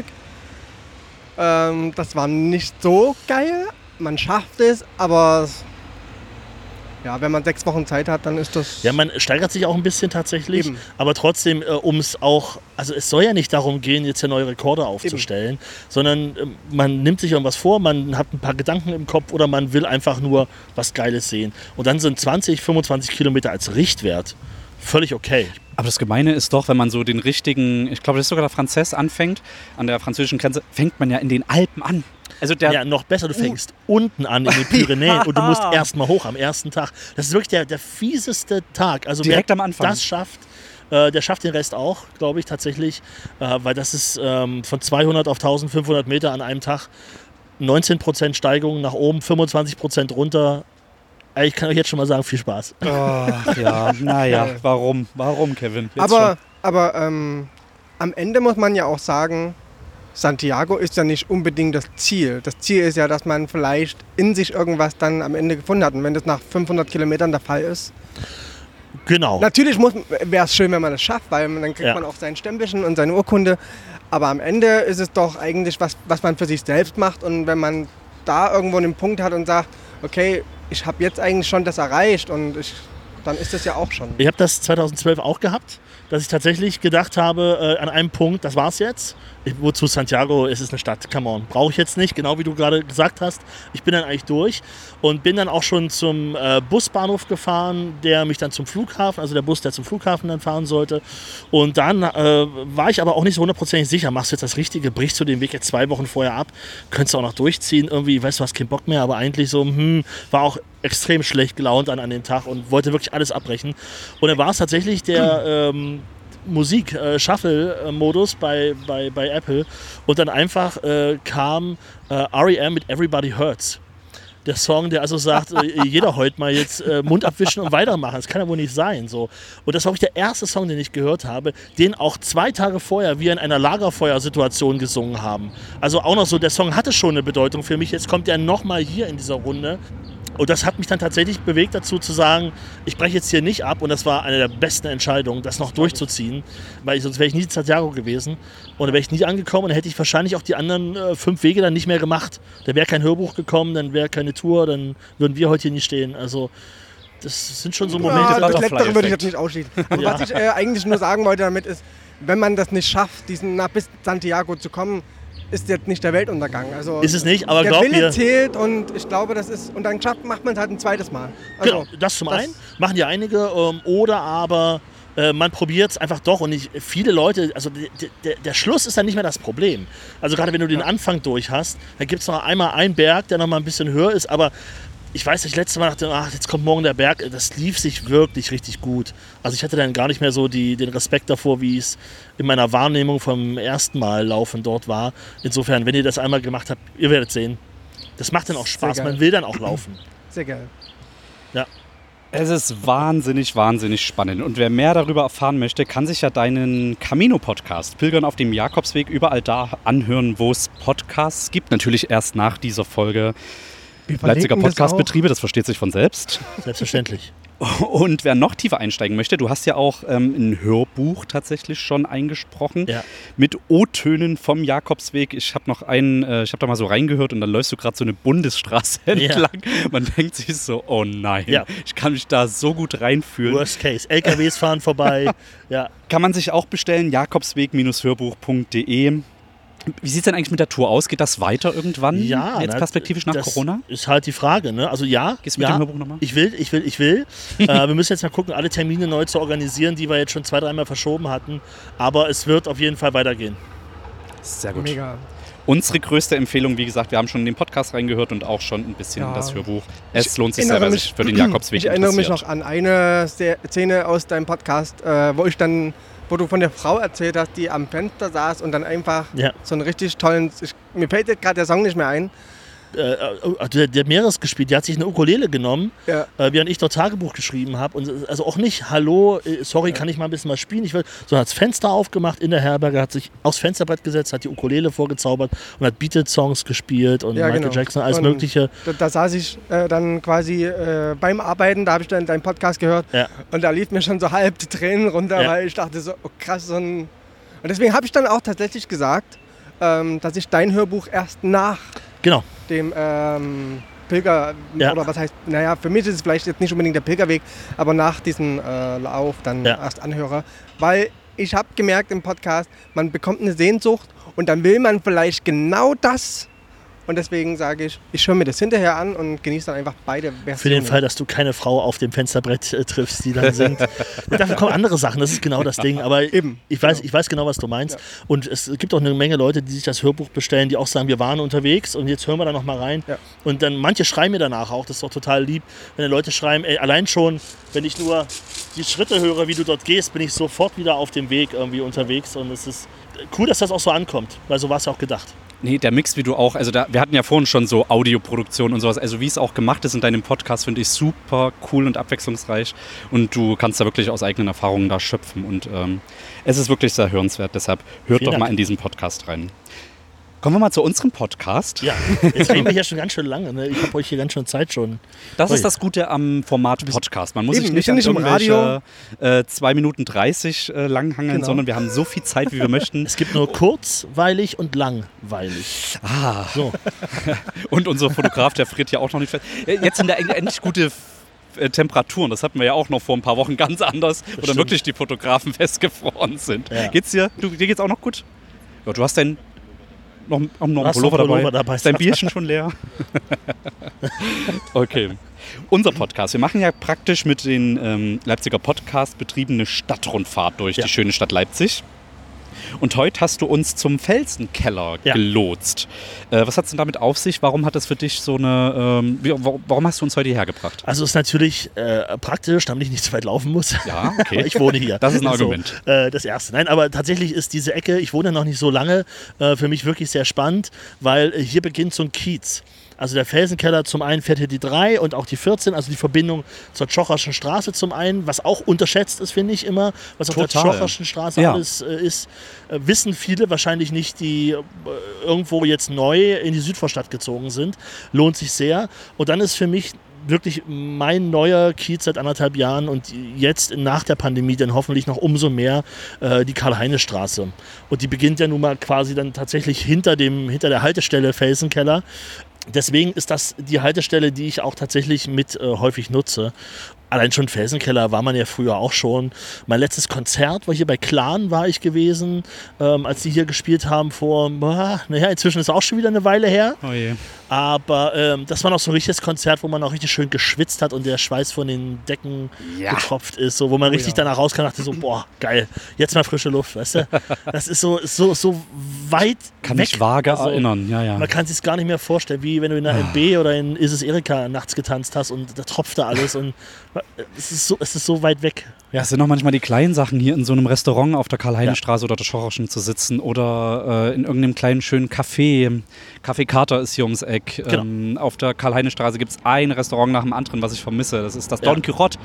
Das war nicht so geil. Man schafft es, aber ja, wenn man 6 Wochen Zeit hat, dann ist das... Ja, man steigert sich auch ein bisschen tatsächlich, aber trotzdem, es soll ja nicht darum gehen, jetzt hier neue Rekorde aufzustellen, sondern man nimmt sich irgendwas vor, man hat ein paar Gedanken im Kopf oder man will einfach nur was Geiles sehen. Und dann sind 20, 25 Kilometer als Richtwert völlig okay. Aber das Gemeine ist doch, wenn man so den richtigen, ich glaube, das ist sogar der Franzess anfängt, an der französischen Grenze, fängt man ja in den Alpen an. Also noch besser, du fängst unten an in den Pyrenäen und du musst erstmal hoch am ersten Tag. Das ist wirklich der fieseste Tag. Also direkt am Anfang. Das schafft, der schafft den Rest auch, glaube ich, tatsächlich. Weil das ist von 200 auf 1500 Meter an einem Tag 19% Steigung nach oben, 25% runter. Ich kann euch jetzt schon mal sagen, viel Spaß. Ach ja, naja, warum, Kevin? Aber am Ende muss man ja auch sagen, Santiago ist ja nicht unbedingt das Ziel. Das Ziel ist ja, dass man vielleicht in sich irgendwas dann am Ende gefunden hat. Und wenn das nach 500 Kilometern der Fall ist. Genau. Natürlich wäre es schön, wenn man das schafft, weil dann kriegt man auch sein Stempelchen und seine Urkunde. Aber am Ende ist es doch eigentlich was man für sich selbst macht. Und wenn man da irgendwo einen Punkt hat und sagt, okay, ich habe jetzt eigentlich schon das erreicht und dann ist das ja auch schon. Ich habe das 2012 auch gehabt, dass ich tatsächlich gedacht habe, an einem Punkt, das war's jetzt. Wozu Santiago? Es ist eine Stadt, come on. Brauche ich jetzt nicht, genau wie du gerade gesagt hast. Ich bin dann eigentlich durch und bin dann auch schon zum Busbahnhof gefahren, der mich dann zum Flughafen, also der Bus, der zum Flughafen dann fahren sollte. Und dann war ich aber auch nicht so 100% sicher, machst du jetzt das Richtige, brichst du den Weg jetzt 2 Wochen vorher ab, könntest du auch noch durchziehen, irgendwie, weißt du, hast keinen Bock mehr, aber eigentlich so, war auch extrem schlecht gelaunt an dem Tag und wollte wirklich alles abbrechen. Und dann war es tatsächlich der Musik-Shuffle-Modus bei Apple und dann einfach kam R.E.M. mit Everybody Hurts. Der Song, der also sagt, jeder heute mal jetzt Mund abwischen und weitermachen. Das kann ja wohl nicht sein. So. Und das war wirklich der erste Song, den ich gehört habe, den auch 2 Tage vorher wir in einer Lagerfeuersituation gesungen haben. Also auch noch so, der Song hatte schon eine Bedeutung für mich. Jetzt kommt er nochmal hier in dieser Runde. Und das hat mich dann tatsächlich bewegt dazu zu sagen, ich breche jetzt hier nicht ab. Und das war eine der besten Entscheidungen, das noch durchzuziehen. Weil sonst wäre ich nie in Santiago gewesen. Und dann wäre ich nie angekommen und dann hätte ich wahrscheinlich auch die anderen 5 Wege dann nicht mehr gemacht. Da wäre kein Hörbuch gekommen, dann wäre keine Tour, dann würden wir heute hier nicht stehen. Also das sind schon so Momente. Ja, das Letztere würde ich jetzt nicht ausschließen. Aber was ich eigentlich nur sagen wollte damit ist, wenn man das nicht schafft, bis Santiago zu kommen, ist jetzt nicht der Weltuntergang. Also ist es nicht, aber glaub mir. Der Wille mir zählt und ich glaube, das ist. Und dann macht man es halt ein zweites Mal. Also, genau, das zum einen, machen ja einige, oder aber man probiert es einfach doch und viele Leute, also der Schluss ist dann nicht mehr das Problem. Also gerade wenn du den Anfang durch hast, dann gibt es noch einmal einen Berg, der noch mal ein bisschen höher ist, aber ich weiß, dass ich letztes Mal dachte, jetzt kommt morgen der Berg, das lief sich wirklich richtig gut. Also ich hatte dann gar nicht mehr so den Respekt davor, wie es in meiner Wahrnehmung vom ersten Mal laufen dort war. Insofern, wenn ihr das einmal gemacht habt, ihr werdet sehen. Das macht dann auch Spaß, man will dann auch laufen. Sehr geil. Ja. Es ist wahnsinnig spannend. Und wer mehr darüber erfahren möchte, kann sich ja deinen Camino-Podcast Pilgern auf dem Jakobsweg überall da anhören, wo es Podcasts gibt. Natürlich erst nach dieser Folge Leipziger Podcastbetriebe, das versteht sich von selbst. Selbstverständlich. Und wer noch tiefer einsteigen möchte, du hast ja auch ein Hörbuch tatsächlich schon eingesprochen mit O-Tönen vom Jakobsweg. Ich habe da mal so reingehört und dann läufst du gerade so eine Bundesstraße entlang. Man denkt sich so, oh nein, ich kann mich da so gut reinfühlen. Worst case, LKWs fahren vorbei. Ja. Kann man sich auch bestellen, jakobsweg-hörbuch.de. Wie sieht es denn eigentlich mit der Tour aus? Geht das weiter irgendwann? Ja, jetzt perspektivisch nach Corona? Ist halt die Frage, ne? Also Gehst du mit dem Hörbuch nochmal? Ich will. Wir müssen jetzt mal gucken, alle Termine neu zu organisieren, die wir jetzt schon 2-3 Mal verschoben hatten. Aber es wird auf jeden Fall weitergehen. Sehr gut. Mega. Unsere größte Empfehlung, wie gesagt, wir haben schon in den Podcast reingehört und auch schon ein bisschen in das Hörbuch. Es lohnt sich sehr, wer sich für den Jakobsweg interessiert. Ich erinnere mich noch an eine Szene aus deinem Podcast, wo du von der Frau erzählt hast, die am Fenster saß und dann einfach so einen richtig tollen, mir fällt jetzt gerade der Song nicht mehr ein. Der Meeres gespielt, die hat sich eine Ukulele genommen, während ich dort Tagebuch geschrieben habe. Und also auch nicht, hallo, sorry, kann ich mal ein bisschen mal spielen? Sondern hat das Fenster aufgemacht in der Herberge, hat sich aufs Fensterbrett gesetzt, hat die Ukulele vorgezaubert und hat Beatles-Songs gespielt und Michael Jackson, alles Mögliche. Da saß ich dann quasi beim Arbeiten, da habe ich dann deinen Podcast gehört und da lief mir schon so halb die Tränen runter, weil ich dachte so, oh krass, und deswegen habe ich dann auch tatsächlich gesagt, dass ich dein Hörbuch erst nach dem Pilger, oder was heißt, für mich ist es vielleicht jetzt nicht unbedingt der Pilgerweg, aber nach diesem Lauf dann erst anhöre, weil ich habe gemerkt im Podcast, man bekommt eine Sehnsucht und dann will man vielleicht genau das. Und deswegen sage ich, ich höre mir das hinterher an und genieße dann einfach beide Versionen. Für den Fall, dass du keine Frau auf dem Fensterbrett triffst, die dann singt. Dafür kommen andere Sachen, das ist genau das Ding. Aber ich weiß genau, was du meinst. Ja. Und es gibt auch eine Menge Leute, die sich das Hörbuch bestellen, die auch sagen, wir waren unterwegs und jetzt hören wir da noch mal rein. Ja. Und dann manche schreiben mir danach auch, das ist doch total lieb, wenn die Leute schreiben, allein schon, wenn ich nur die Schritte höre, wie du dort gehst, bin ich sofort wieder auf dem Weg irgendwie unterwegs. Und es ist cool, dass das auch so ankommt, weil so war es ja auch gedacht. Nee, der Mix, wie du auch, also wir hatten ja vorhin schon so Audioproduktion und sowas, also wie es auch gemacht ist in deinem Podcast, finde ich super cool und abwechslungsreich und du kannst da wirklich aus eigenen Erfahrungen da schöpfen und es ist wirklich sehr hörenswert, deshalb hört doch mal in diesen Podcast rein. Kommen wir mal zu unserem Podcast. Ja, jetzt reden wir hier schon ganz schön lange. Ne? Ich habe euch hier ganz schön Zeit schon. Das ist das Gute am Format Podcast. Man muss sich nicht an irgendwelche 2 Minuten 30 langhangeln, sondern wir haben so viel Zeit, wie wir möchten. Es gibt nur kurzweilig und langweilig. So. Und unser Fotograf, der friert ja auch noch nicht fest. Jetzt sind da endlich gute Temperaturen. Das hatten wir ja auch noch vor ein paar Wochen ganz anders, wo dann wirklich die Fotografen festgefroren sind. Ja. Geht's dir? Dir geht's auch noch gut? Ja, du hast noch einen Pullover dabei. Ist dein Bierchen schon leer? Okay. Unser Podcast. Wir machen ja praktisch mit den Leipziger Podcast-Betrieben eine Stadtrundfahrt durch die schöne Stadt Leipzig. Und heute hast du uns zum Felsenkeller gelotst. Was hat es denn damit auf sich? Warum hat das für dich so eine... warum hast du uns heute hierher gebracht? Also es ist natürlich praktisch, damit ich nicht zu weit laufen muss. Ja, okay. Ich wohne hier. Das ist ein Argument. Das Erste. Nein, aber tatsächlich ist diese Ecke, ich wohne noch nicht so lange, für mich wirklich sehr spannend, weil hier beginnt so ein Kiez. Also der Felsenkeller, zum einen fährt hier die 3 und auch die 14, also die Verbindung zur Tschocherschen Straße zum einen, was auch unterschätzt ist, finde ich immer, was auf der Tschocherschen Straße alles ist, wissen viele wahrscheinlich nicht, die irgendwo jetzt neu in die Südvorstadt gezogen sind. Lohnt sich sehr. Und dann ist für mich wirklich mein neuer Kiez seit 1,5 Jahren und jetzt nach der Pandemie dann hoffentlich noch umso mehr die Karl-Heine-Straße. Und die beginnt ja nun mal quasi dann tatsächlich hinter der Haltestelle Felsenkeller. Deswegen ist das die Haltestelle, die ich auch tatsächlich mit häufig nutze. Allein schon Felsenkeller war man ja früher auch schon. Mein letztes Konzert war hier bei Clan, war ich gewesen, als die hier gespielt haben vor, inzwischen ist auch schon wieder eine Weile her. Oh je. Aber das war noch so ein richtiges Konzert, wo man auch richtig schön geschwitzt hat und der Schweiß von den Decken getropft ist, so, wo man richtig danach rauskam und dachte so, boah, geil, jetzt mal frische Luft, weißt du? Das ist so weit Kann weg. mich vage erinnern, ja. Man kann sich gar nicht mehr vorstellen, wie wenn du in der MB oder in Isis Erika nachts getanzt hast und da tropft da alles und es ist so weit weg. Ja, es sind auch manchmal die kleinen Sachen, hier in so einem Restaurant auf der Karl-Heine-Straße oder der Tschocherschen zu sitzen oder in irgendeinem kleinen schönen Café. Café Carter ist hier ums Eck. Genau. Auf der Karl-Heine-Straße gibt es ein Restaurant nach dem anderen, was ich vermisse. Das ist das Don Quixote.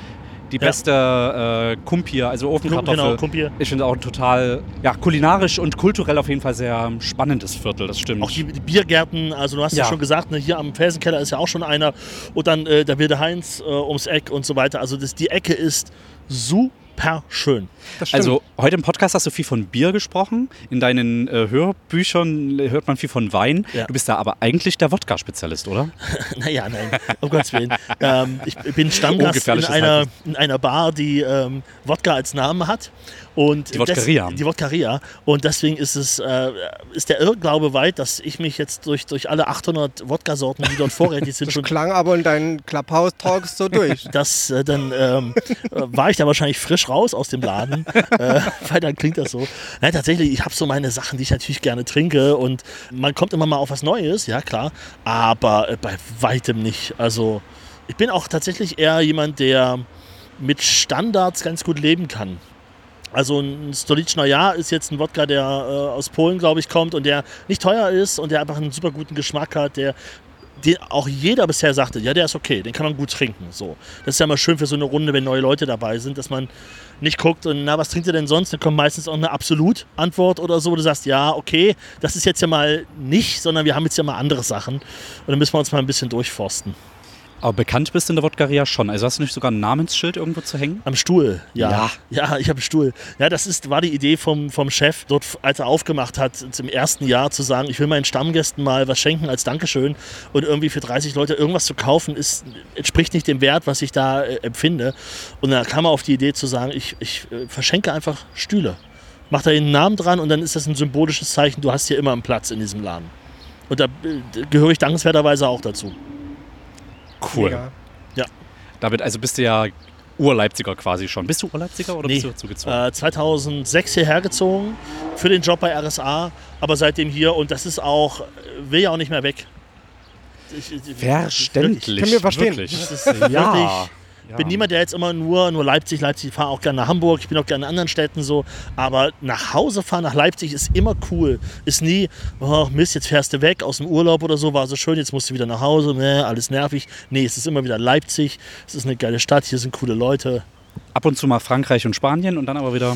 die beste Kumpir, also Ofenkartoffel. Genau, Kumpir. Ich finde auch ein total, kulinarisch und kulturell auf jeden Fall sehr spannendes Viertel, das stimmt. Auch die Biergärten, also du hast ja schon gesagt, ne, hier am Felsenkeller ist ja auch schon einer. Und dann der Wilde Heinz ums Eck und so weiter. Also die Ecke ist super schön. Also heute im Podcast hast du viel von Bier gesprochen. In deinen Hörbüchern hört man viel von Wein. Ja. Du bist da aber eigentlich der Wodka-Spezialist, oder? Nein, um Gottes Willen. Ich bin Stammgast in einer Bar, die Wodka als Namen hat. Und die Wodkaria. Die Wodkaria. Und deswegen ist der Irrglaube weit, dass ich mich jetzt durch alle 800 Wodka-Sorten, die dort vorrätig sind, das klang aber in deinen Clubhouse-Talks so durch. Dann war ich da wahrscheinlich frisch raus aus dem Laden. Weil dann klingt das so. Nein, tatsächlich, ich habe so meine Sachen, die ich natürlich gerne trinke und man kommt immer mal auf was Neues, ja klar, aber bei weitem nicht. Also ich bin auch tatsächlich eher jemand, der mit Standards ganz gut leben kann. Also ein Stoliczer Jahr ist jetzt ein Wodka, der aus Polen, glaube ich, kommt und der nicht teuer ist und der einfach einen super guten Geschmack hat, den auch jeder bisher sagte, ja, der ist okay, den kann man gut trinken. So. Das ist ja immer schön für so eine Runde, wenn neue Leute dabei sind, dass man nicht guckt und was trinkt ihr denn sonst? Dann kommt meistens auch eine Absolut-Antwort oder so. Du sagst, ja, okay, das ist jetzt ja mal nicht, sondern wir haben jetzt ja mal andere Sachen. Und dann müssen wir uns mal ein bisschen durchforsten. Aber bekannt bist du in der Wodkaria schon. Also hast du nicht sogar ein Namensschild irgendwo zu hängen? Am Stuhl, ja. Ja, ich habe einen Stuhl. Ja, war die Idee vom Chef, dort, als er aufgemacht hat, im ersten Jahr zu sagen, ich will meinen Stammgästen mal was schenken als Dankeschön. Und irgendwie für 30 Leute irgendwas zu kaufen, entspricht nicht dem Wert, was ich da empfinde. Und dann kam er auf die Idee zu sagen, ich verschenke einfach Stühle. Mach da einen Namen dran und dann ist das ein symbolisches Zeichen, du hast hier immer einen Platz in diesem Laden. Und da gehöre ich dankenswerterweise auch dazu. Cool. Mega. Ja. David, also bist du ja Ur-Leipziger quasi schon. Bist du Ur-Leipziger oder bist du zugezogen? 2006 hierher gezogen für den Job bei RSA, aber seitdem hier und das ist auch, will ja auch nicht mehr weg. Verständlich. Können wir verstehen. Wirklich. Das ist wirklich... Ich bin niemand, der jetzt immer nur Leipzig, ich fahre auch gerne nach Hamburg, ich bin auch gerne in anderen Städten so, aber nach Hause fahren, nach Leipzig ist immer cool, ist nie, oh Mist, jetzt fährst du weg aus dem Urlaub oder so, war so schön, jetzt musst du wieder nach Hause, alles nervig, nee, es ist immer wieder Leipzig, es ist eine geile Stadt, hier sind coole Leute. Ab und zu mal Frankreich und Spanien und dann aber wieder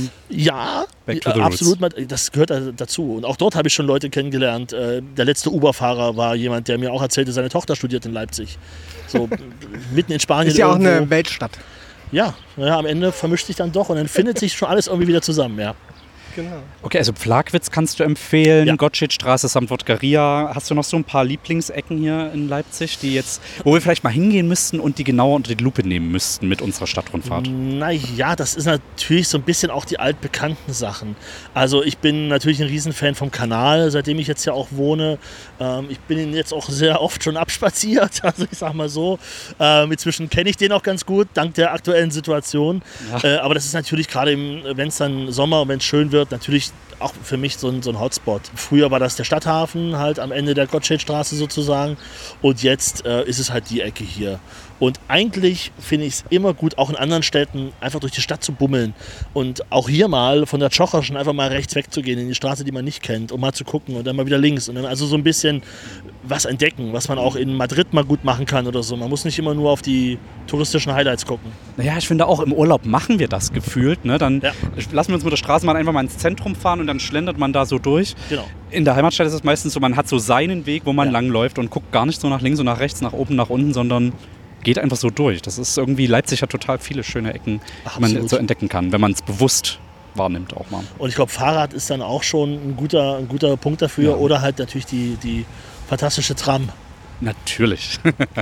back to the absolut, das gehört dazu. Und auch dort habe ich schon Leute kennengelernt. Der letzte Uber-Fahrer war jemand, der mir auch erzählte, seine Tochter studiert in Leipzig. So mitten in Spanien. Ist ja irgendwo. auch eine Weltstadt. Ja, am Ende vermischt sich dann doch und dann findet sich schon alles irgendwie wieder zusammen, ja. Genau. Okay, also Pflagwitz kannst du empfehlen, Ja. Gottschedstraße samt Wodkaria. Hast du noch so ein paar Lieblingsecken hier in Leipzig, wo wir vielleicht mal hingehen müssten und die genauer unter die Lupe nehmen müssten mit unserer Stadtrundfahrt? Naja, das ist natürlich so ein bisschen auch die altbekannten Sachen. Also ich bin natürlich ein Riesenfan vom Kanal, seitdem ich jetzt ja auch wohne. Ich bin ihn jetzt auch sehr oft schon abspaziert, also ich sag mal so. Inzwischen kenne ich den auch ganz gut, dank der aktuellen Situation. Ja. Aber das ist natürlich gerade, wenn es dann Sommer, wenn es schön wird, natürlich auch für mich so ein Hotspot. Früher war das der Stadthafen, halt am Ende der Gottschedstraße sozusagen. Und jetzt ist es halt die Ecke hier. Und eigentlich finde ich es immer gut, auch in anderen Städten einfach durch die Stadt zu bummeln. Und auch hier mal von der Tschocherschen einfach mal rechts wegzugehen in die Straße, die man nicht kennt, um mal zu gucken und dann mal wieder links. Und dann also so ein bisschen was entdecken, was man auch in Madrid mal gut machen kann oder so. Man muss nicht immer nur auf die touristischen Highlights gucken. Naja, ich finde auch im Urlaub machen wir das gefühlt. Ne? Dann lassen wir uns mit der Straßenbahn einfach mal ins Zentrum fahren und dann schlendert man da so durch. Genau. In der Heimatstadt ist es meistens so, man hat so seinen Weg, wo man langläuft und guckt gar nicht so nach links und nach rechts, nach oben, nach unten, sondern geht einfach so durch. Das ist irgendwie, Leipzig hat total viele schöne Ecken, die man so entdecken kann, wenn man es bewusst wahrnimmt auch mal. Und ich glaube, Fahrrad ist dann auch schon ein guter Punkt dafür. Ja. Oder halt natürlich die fantastische Tram. Natürlich.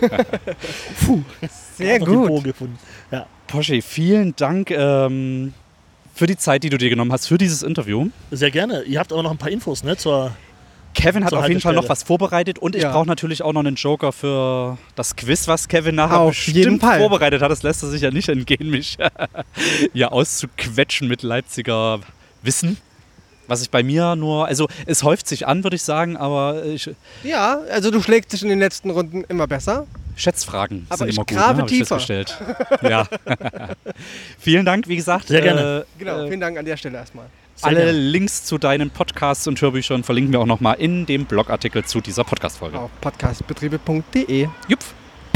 Sehr gut. Gefunden. Ja. Poschi, vielen Dank für die Zeit, die du dir genommen hast für dieses Interview. Sehr gerne. Ihr habt aber noch ein paar Infos, ne, Kevin hat auf jeden Fall noch was vorbereitet und ich brauche natürlich auch noch einen Joker für das Quiz, was Kevin nachher bestimmt vorbereitet hat. Das lässt er sich ja nicht entgehen, mich ja auszuquetschen mit Leipziger Wissen. Was ich bei mir nur, also es häuft sich an, würde ich sagen, aber ja, also du schlägst dich in den letzten Runden immer besser. Schätzfragen aber sind immer gut, grabe ne, tiefer. Ja. Vielen Dank, wie gesagt. Sehr gerne. Genau, vielen Dank an der Stelle erstmal. Alle Links zu deinen Podcasts und Hörbüchern verlinken wir auch nochmal in dem Blogartikel zu dieser Podcast-Folge. Auf podcastbetriebe.de. Jupf.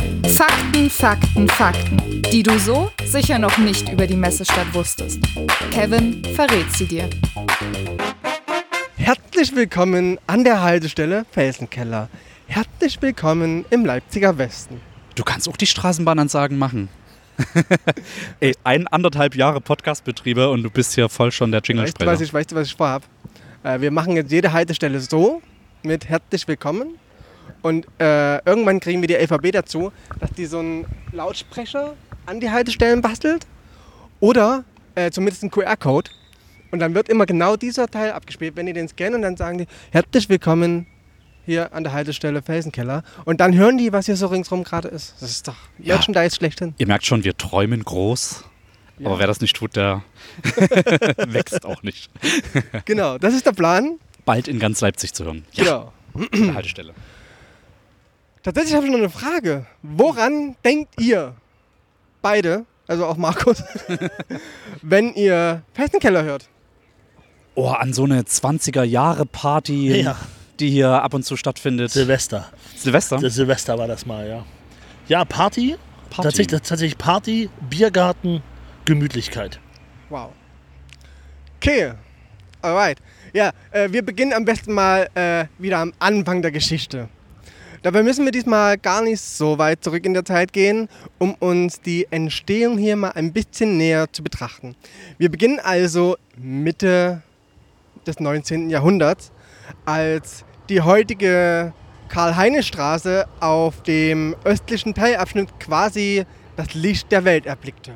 Fakten, Fakten, Fakten, die du so sicher noch nicht über die Messestadt wusstest. Kevin verrät sie dir. Herzlich willkommen an der Haltestelle Felsenkeller. Herzlich willkommen im Leipziger Westen. Du kannst auch die Straßenbahnansagen machen. Ey, 1,5 Jahre Podcastbetriebe und du bist hier voll schon der Jinglesprecher. Weißt du, was ich vorhab? Wir machen jetzt jede Haltestelle so mit herzlich willkommen. Und irgendwann kriegen wir die LVB dazu, dass die so einen Lautsprecher an die Haltestellen bastelt. Oder zumindest einen QR-Code. Und dann wird immer genau dieser Teil abgespielt, wenn die den scannen und dann sagen die, herzlich willkommen hier an der Haltestelle Felsenkeller. Und dann hören die, was hier so ringsrum gerade ist. Das ist doch Merchandise schlechthin. Ihr merkt schon, wir träumen groß. Ja. Aber wer das nicht tut, der wächst auch nicht. Genau, das ist der Plan. Bald in ganz Leipzig zu hören. Ja, genau. An der Haltestelle. Tatsächlich habe ich noch eine Frage. Woran denkt ihr beide, also auch Markus, wenn ihr Felsenkeller hört? Oh, an so eine 20er-Jahre-Party, die hier ab und zu stattfindet. Silvester? Silvester war das mal, ja. Ja, Party. Tatsächlich Party, Biergarten, Gemütlichkeit. Wow. Okay, alright. Ja, wir beginnen am besten mal wieder am Anfang der Geschichte. Dabei müssen wir diesmal gar nicht so weit zurück in der Zeit gehen, um uns die Entstehung hier mal ein bisschen näher zu betrachten. Wir beginnen also Mitte des 19. Jahrhunderts, als die heutige Karl-Heine-Straße auf dem östlichen Teilabschnitt quasi das Licht der Welt erblickte.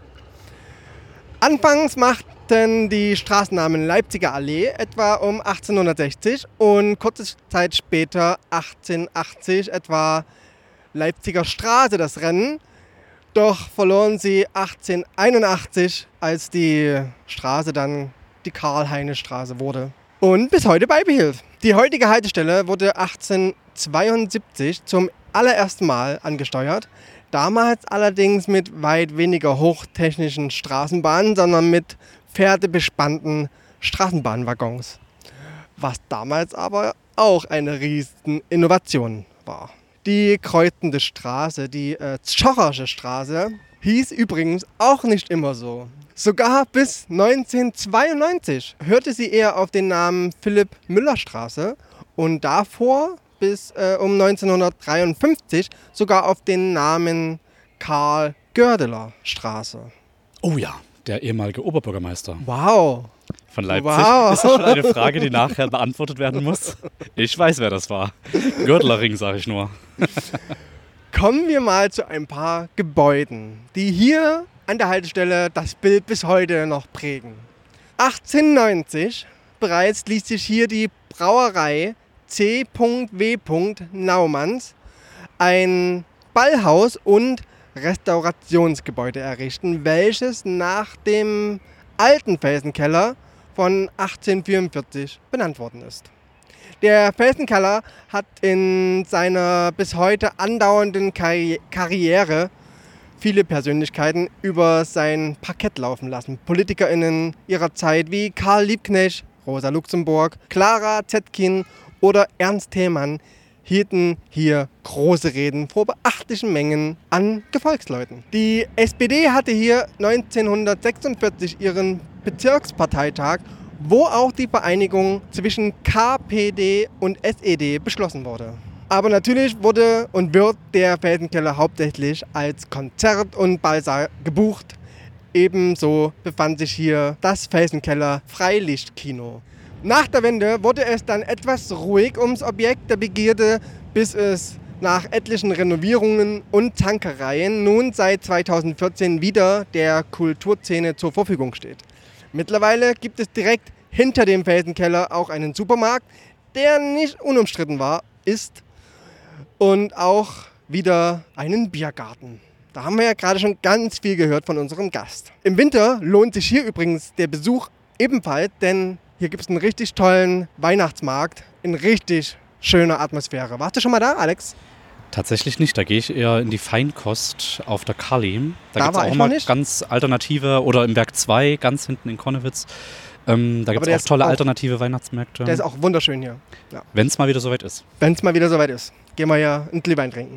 Anfangs machten die Straßennamen Leipziger Allee etwa um 1860 und kurze Zeit später, 1880, etwa Leipziger Straße das Rennen. Doch verloren sie 1881, als die Straße dann die Karl-Heine-Straße wurde und bis heute beibehielt. Die heutige Haltestelle wurde 1872 zum allerersten Mal angesteuert. Damals allerdings mit weit weniger hochtechnischen Straßenbahnen, sondern mit pferdebespannten Straßenbahnwaggons. Was damals aber auch eine riesen Innovation war. Die kreuzende Straße, die Zschochersche Straße, hieß übrigens auch nicht immer so. Sogar bis 1992 hörte sie eher auf den Namen Philipp-Müller-Straße und davor bis um 1953 sogar auf den Namen Karl-Gördeler-Straße. Oh ja, der ehemalige Oberbürgermeister. Wow. Von Leipzig. Wow. Ist das schon eine Frage, die nachher beantwortet werden muss? Ich weiß, wer das war. Gördlerring, sage ich nur. Kommen wir mal zu ein paar Gebäuden, die hier an der Haltestelle das Bild bis heute noch prägen. 1890 bereits ließ sich hier die Brauerei C.W. Naumanns ein Ballhaus und Restaurationsgebäude errichten, welches nach dem alten Felsenkeller von 1844 benannt worden ist. Der Felsenkeller hat in seiner bis heute andauernden Karriere viele Persönlichkeiten über sein Parkett laufen lassen. PolitikerInnen ihrer Zeit wie Karl Liebknecht, Rosa Luxemburg, Clara Zetkin oder Ernst Thälmann hielten hier große Reden vor beachtlichen Mengen an Gefolgsleuten. Die SPD hatte hier 1946 ihren Bezirksparteitag, wo auch die Vereinigung zwischen KPD und SED beschlossen wurde. Aber natürlich wurde und wird der Felsenkeller hauptsächlich als Konzert- und Ballsaal gebucht. Ebenso befand sich hier das Felsenkeller Freilichtkino. Nach der Wende wurde es dann etwas ruhig ums Objekt der Begierde, bis es nach etlichen Renovierungen und Tankereien nun seit 2014 wieder der Kulturszene zur Verfügung steht. Mittlerweile gibt es direkt hinter dem Felsenkeller auch einen Supermarkt, der nicht unumstritten ist, und auch wieder einen Biergarten. Da haben wir ja gerade schon ganz viel gehört von unserem Gast. Im Winter lohnt sich hier übrigens der Besuch ebenfalls, denn hier gibt es einen richtig tollen Weihnachtsmarkt in richtig schöner Atmosphäre. Warst du schon mal da, Alex? Tatsächlich nicht, da gehe ich eher in die Feinkost auf der Kalli. Da gibt es auch mal ganz alternative, oder im Werk 2, ganz hinten in Konnewitz. Da gibt es auch tolle alternative Weihnachtsmärkte. Der ist auch wunderschön hier. Ja. Wenn es mal wieder soweit ist. Wenn es mal wieder soweit ist. Gehen wir ja einen Glühwein trinken.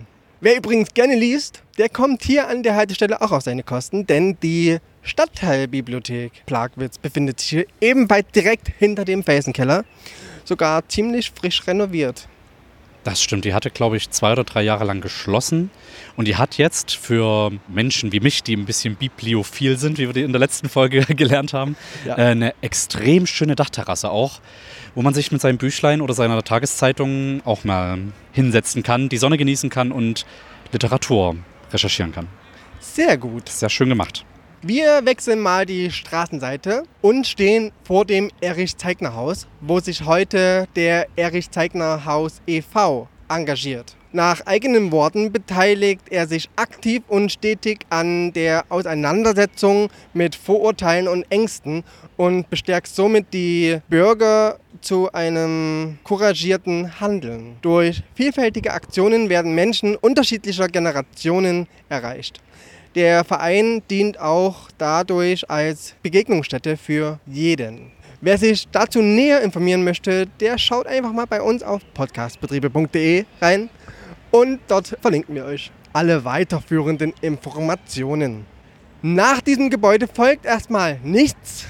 Wer übrigens gerne liest, der kommt hier an der Haltestelle auch auf seine Kosten, denn die Stadtteilbibliothek Plagwitz befindet sich hier ebenfalls direkt hinter dem Felsenkeller, sogar ziemlich frisch renoviert. Das stimmt, die hatte, glaube ich, 2 oder 3 Jahre lang geschlossen und die hat jetzt für Menschen wie mich, die ein bisschen bibliophil sind, wie wir die in der letzten Folge gelernt haben, eine extrem schöne Dachterrasse auch, wo man sich mit seinem Büchlein oder seiner Tageszeitung auch mal hinsetzen kann, die Sonne genießen kann und Literatur recherchieren kann. Sehr gut. Sehr schön gemacht. Wir wechseln mal die Straßenseite und stehen vor dem Erich-Zeigner-Haus, wo sich heute der Erich-Zeigner-Haus e.V. engagiert. Nach eigenen Worten beteiligt er sich aktiv und stetig an der Auseinandersetzung mit Vorurteilen und Ängsten und bestärkt somit die Bürger zu einem couragierten Handeln. Durch vielfältige Aktionen werden Menschen unterschiedlicher Generationen erreicht. Der Verein dient auch dadurch als Begegnungsstätte für jeden. Wer sich dazu näher informieren möchte, der schaut einfach mal bei uns auf podcastbetriebe.de rein und dort verlinken wir euch alle weiterführenden Informationen. Nach diesem Gebäude folgt erstmal nichts.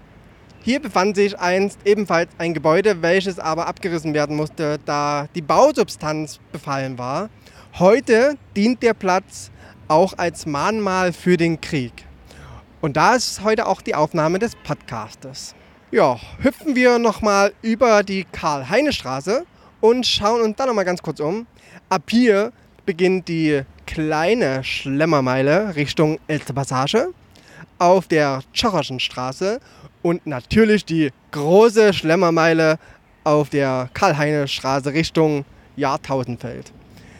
Hier befand sich einst ebenfalls ein Gebäude, welches aber abgerissen werden musste, da die Bausubstanz befallen war. Heute dient der Platz auch als Mahnmal für den Krieg. Und da ist heute auch die Aufnahme des Podcastes. Ja, hüpfen wir nochmal über die Karl-Heine-Straße und schauen uns dann nochmal ganz kurz um. Ab hier beginnt die kleine Schlemmermeile Richtung Elster Passage auf der Tschocherschen Straße und natürlich die große Schlemmermeile auf der Karl-Heine-Straße Richtung Jahrtausendfeld.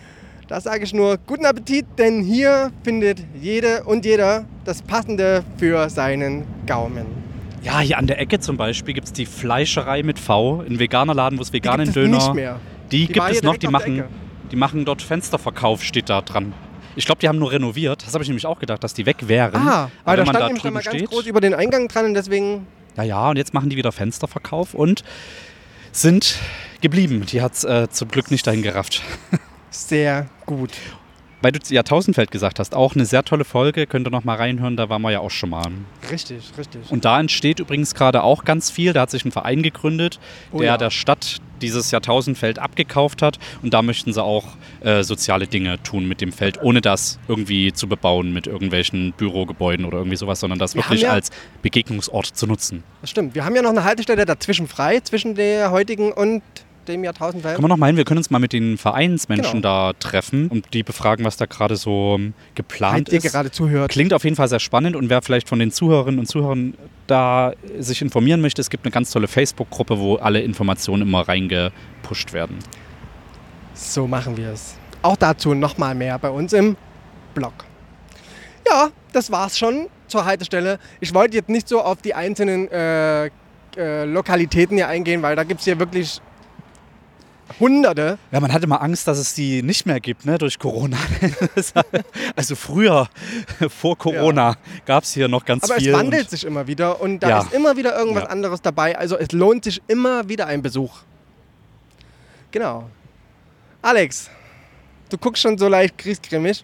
Da sage ich nur guten Appetit, denn hier findet jede und jeder das Passende für seinen Gaumen. Ja, hier an der Ecke zum Beispiel gibt es die Fleischerei mit V, ein veganer Laden, wo es veganen Döner... Nicht mehr. Die gibt es noch, die auf der Ecke. machen dort Fensterverkauf, steht da dran. Ich glaube, die haben nur renoviert. Das habe ich nämlich auch gedacht, dass die weg wären. Weil da wenn man stand da nämlich drüben mal ganz steht, groß über den Eingang dran und deswegen... Ja, und jetzt machen die wieder Fensterverkauf und sind geblieben. Die hat es zum Glück nicht dahin gerafft. Sehr gut. Weil du Jahrtausendfeld gesagt hast, auch eine sehr tolle Folge, könnt ihr noch mal reinhören, da waren wir ja auch schon mal. Richtig. Und da entsteht übrigens gerade auch ganz viel, da hat sich ein Verein gegründet, der der Stadt dieses Jahrtausendfeld abgekauft hat und da möchten sie auch soziale Dinge tun mit dem Feld, ohne das irgendwie zu bebauen mit irgendwelchen Bürogebäuden oder irgendwie sowas, sondern das wirklich als Begegnungsort zu nutzen. Das stimmt, wir haben ja noch eine Haltestelle dazwischen frei, zwischen der heutigen und dem Jahrtausendfeld. Können wir noch meinen, wir können uns mal mit den Vereinsmenschen da treffen und die befragen, was da gerade so geplant ist. Ihr gerade zuhört. Klingt auf jeden Fall sehr spannend und wer vielleicht von den Zuhörerinnen und Zuhörern da sich informieren möchte, es gibt eine ganz tolle Facebook-Gruppe, wo alle Informationen immer reingepusht werden. So machen wir es. Auch dazu nochmal mehr bei uns im Blog. Ja, das war's schon zur Haltestelle. Ich wollte jetzt nicht so auf die einzelnen Lokalitäten hier eingehen, weil da gibt es hier wirklich Hunderte. Ja, man hatte mal Angst, dass es die nicht mehr gibt, ne, durch Corona. Also früher, vor Corona, gab es hier noch ganz viel. Aber es wandelt sich immer wieder und da ist immer wieder irgendwas anderes dabei. Also es lohnt sich immer wieder ein Besuch. Genau. Alex, du guckst schon so leicht griesgrimmig.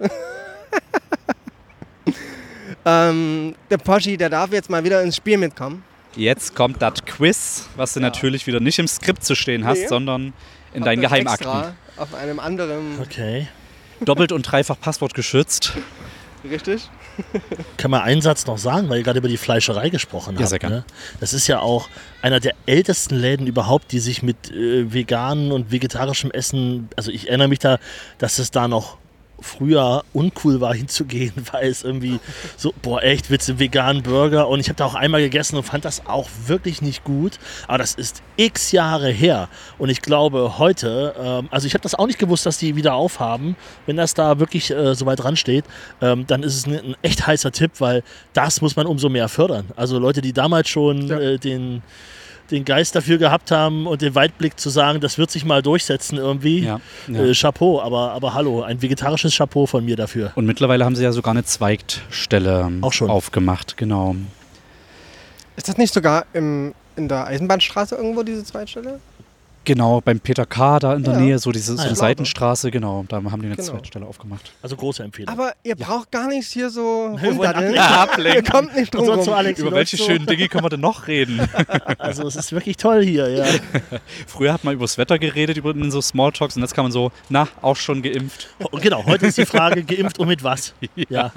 Der Poschi, der darf jetzt mal wieder ins Spiel mitkommen. Jetzt kommt das Quiz, was du natürlich wieder nicht im Skript zu stehen hast, sondern in deinen Geheimakten. Extra auf einem anderen. Okay. Doppelt und dreifach Passwort geschützt. Richtig. Kann man einen Satz noch sagen, weil ihr gerade über die Fleischerei gesprochen habt. Ja, sehr gerne. Ne? Das ist ja auch einer der ältesten Läden überhaupt, die sich mit veganen und vegetarischem Essen, also ich erinnere mich da, dass es da noch früher uncool war hinzugehen, weil es irgendwie so, boah echt, willst du einen veganen Burger? Und ich habe da auch einmal gegessen und fand das auch wirklich nicht gut. Aber das ist x Jahre her. Und ich glaube heute, also ich habe das auch nicht gewusst, dass die wieder aufhaben. Wenn das da wirklich so weit dran steht, dann ist es ein echt heißer Tipp, weil das muss man umso mehr fördern. Also Leute, die damals schon den Geist dafür gehabt haben und den Weitblick zu sagen, das wird sich mal durchsetzen irgendwie. Ja. Chapeau, aber hallo, ein vegetarisches Chapeau von mir dafür. Und mittlerweile haben sie ja sogar eine Zweigstelle auch schon aufgemacht, genau. Ist das nicht sogar in der Eisenbahnstraße irgendwo, diese Zweigstelle? Genau, beim Peter K. da in der Ja. Nähe, so diese ja. Seitenstraße, genau. Da haben die eine Genau. Zweitstelle aufgemacht. Also große Empfehlung. Aber ihr braucht gar nicht hier so Wir wollen rumdaddeln. ablenken. Ihr kommt nicht drum Und sonst so, rum. Alex, Über wie welche läuft's schönen Dinge können wir denn noch reden? so? Also es ist wirklich toll hier, ja. Früher hat man über das Wetter geredet, in so Smalltalks, und jetzt kann man so, auch schon geimpft. Genau, heute ist die Frage, geimpft und mit was? Ja.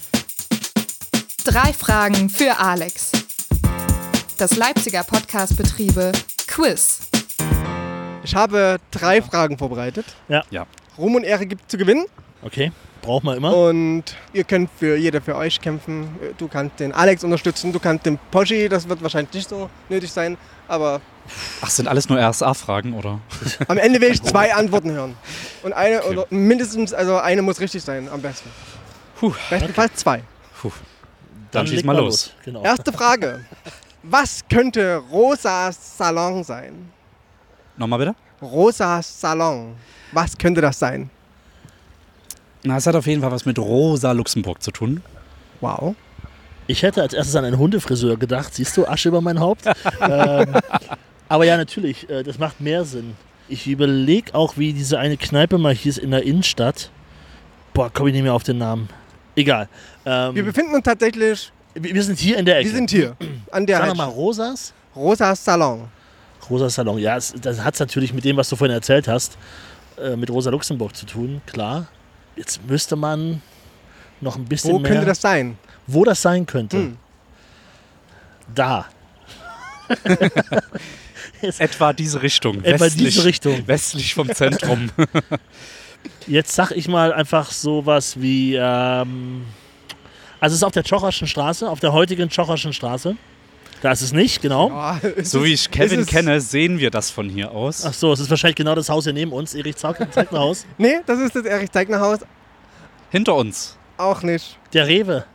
3 Fragen für Alex. Das Leipziger Podcast-Betriebe Quiz. Ich habe 3 Fragen vorbereitet. Ja. Ruhm und Ehre gibt zu gewinnen. Okay, braucht man immer. Und ihr könnt jeder für euch kämpfen. Du kannst den Alex unterstützen, du kannst den Poschi, das wird wahrscheinlich nicht so nötig sein. Aber Ach, sind alles nur RSA-Fragen, oder? am Ende will ich 2 Antworten hören. Und eine, oder mindestens, also eine muss richtig sein, am besten. Puh. Bestenfalls 2. Dann schieß leg mal los. Genau. Erste Frage. Was könnte Rosas Salon sein? Nochmal bitte? Rosas Salon. Was könnte das sein? Na, es hat auf jeden Fall was mit Rosa Luxemburg zu tun. Wow. Ich hätte als erstes an einen Hundefriseur gedacht. Siehst du, Asche über mein Haupt? Aber ja, natürlich, das macht mehr Sinn. Ich überlege auch, wie diese eine Kneipe mal hieß in der Innenstadt. Boah, komme ich nicht mehr auf den Namen. Egal. Wir befinden uns tatsächlich, Wir sind hier in der Ecke. wir sind hier, an der Sag noch mal, Haltestelle. Rosas? Rosas Salon. Rosa Salon. Ja, das hat es natürlich mit dem, was du vorhin erzählt hast, mit Rosa Luxemburg zu tun, klar. Jetzt müsste man noch ein bisschen Wo mehr... könnte das sein? Wo das sein könnte. Da. Etwa diese Richtung. Etwa diese Richtung. Westlich vom Zentrum. Jetzt sag ich mal einfach sowas wie... also es ist auf der Tschocherschen Straße, auf der heutigen Tschocherschen Straße. Da ist es nicht, genau. Ja, So wie ich Kevin ist es- kenne, sehen wir das von hier aus. Ach so, es ist wahrscheinlich genau das Haus hier neben uns. Erich Zeigner Haus. Nee, das ist das Erich-Zeigner-Haus. Hinter uns. Auch nicht. Der Rewe.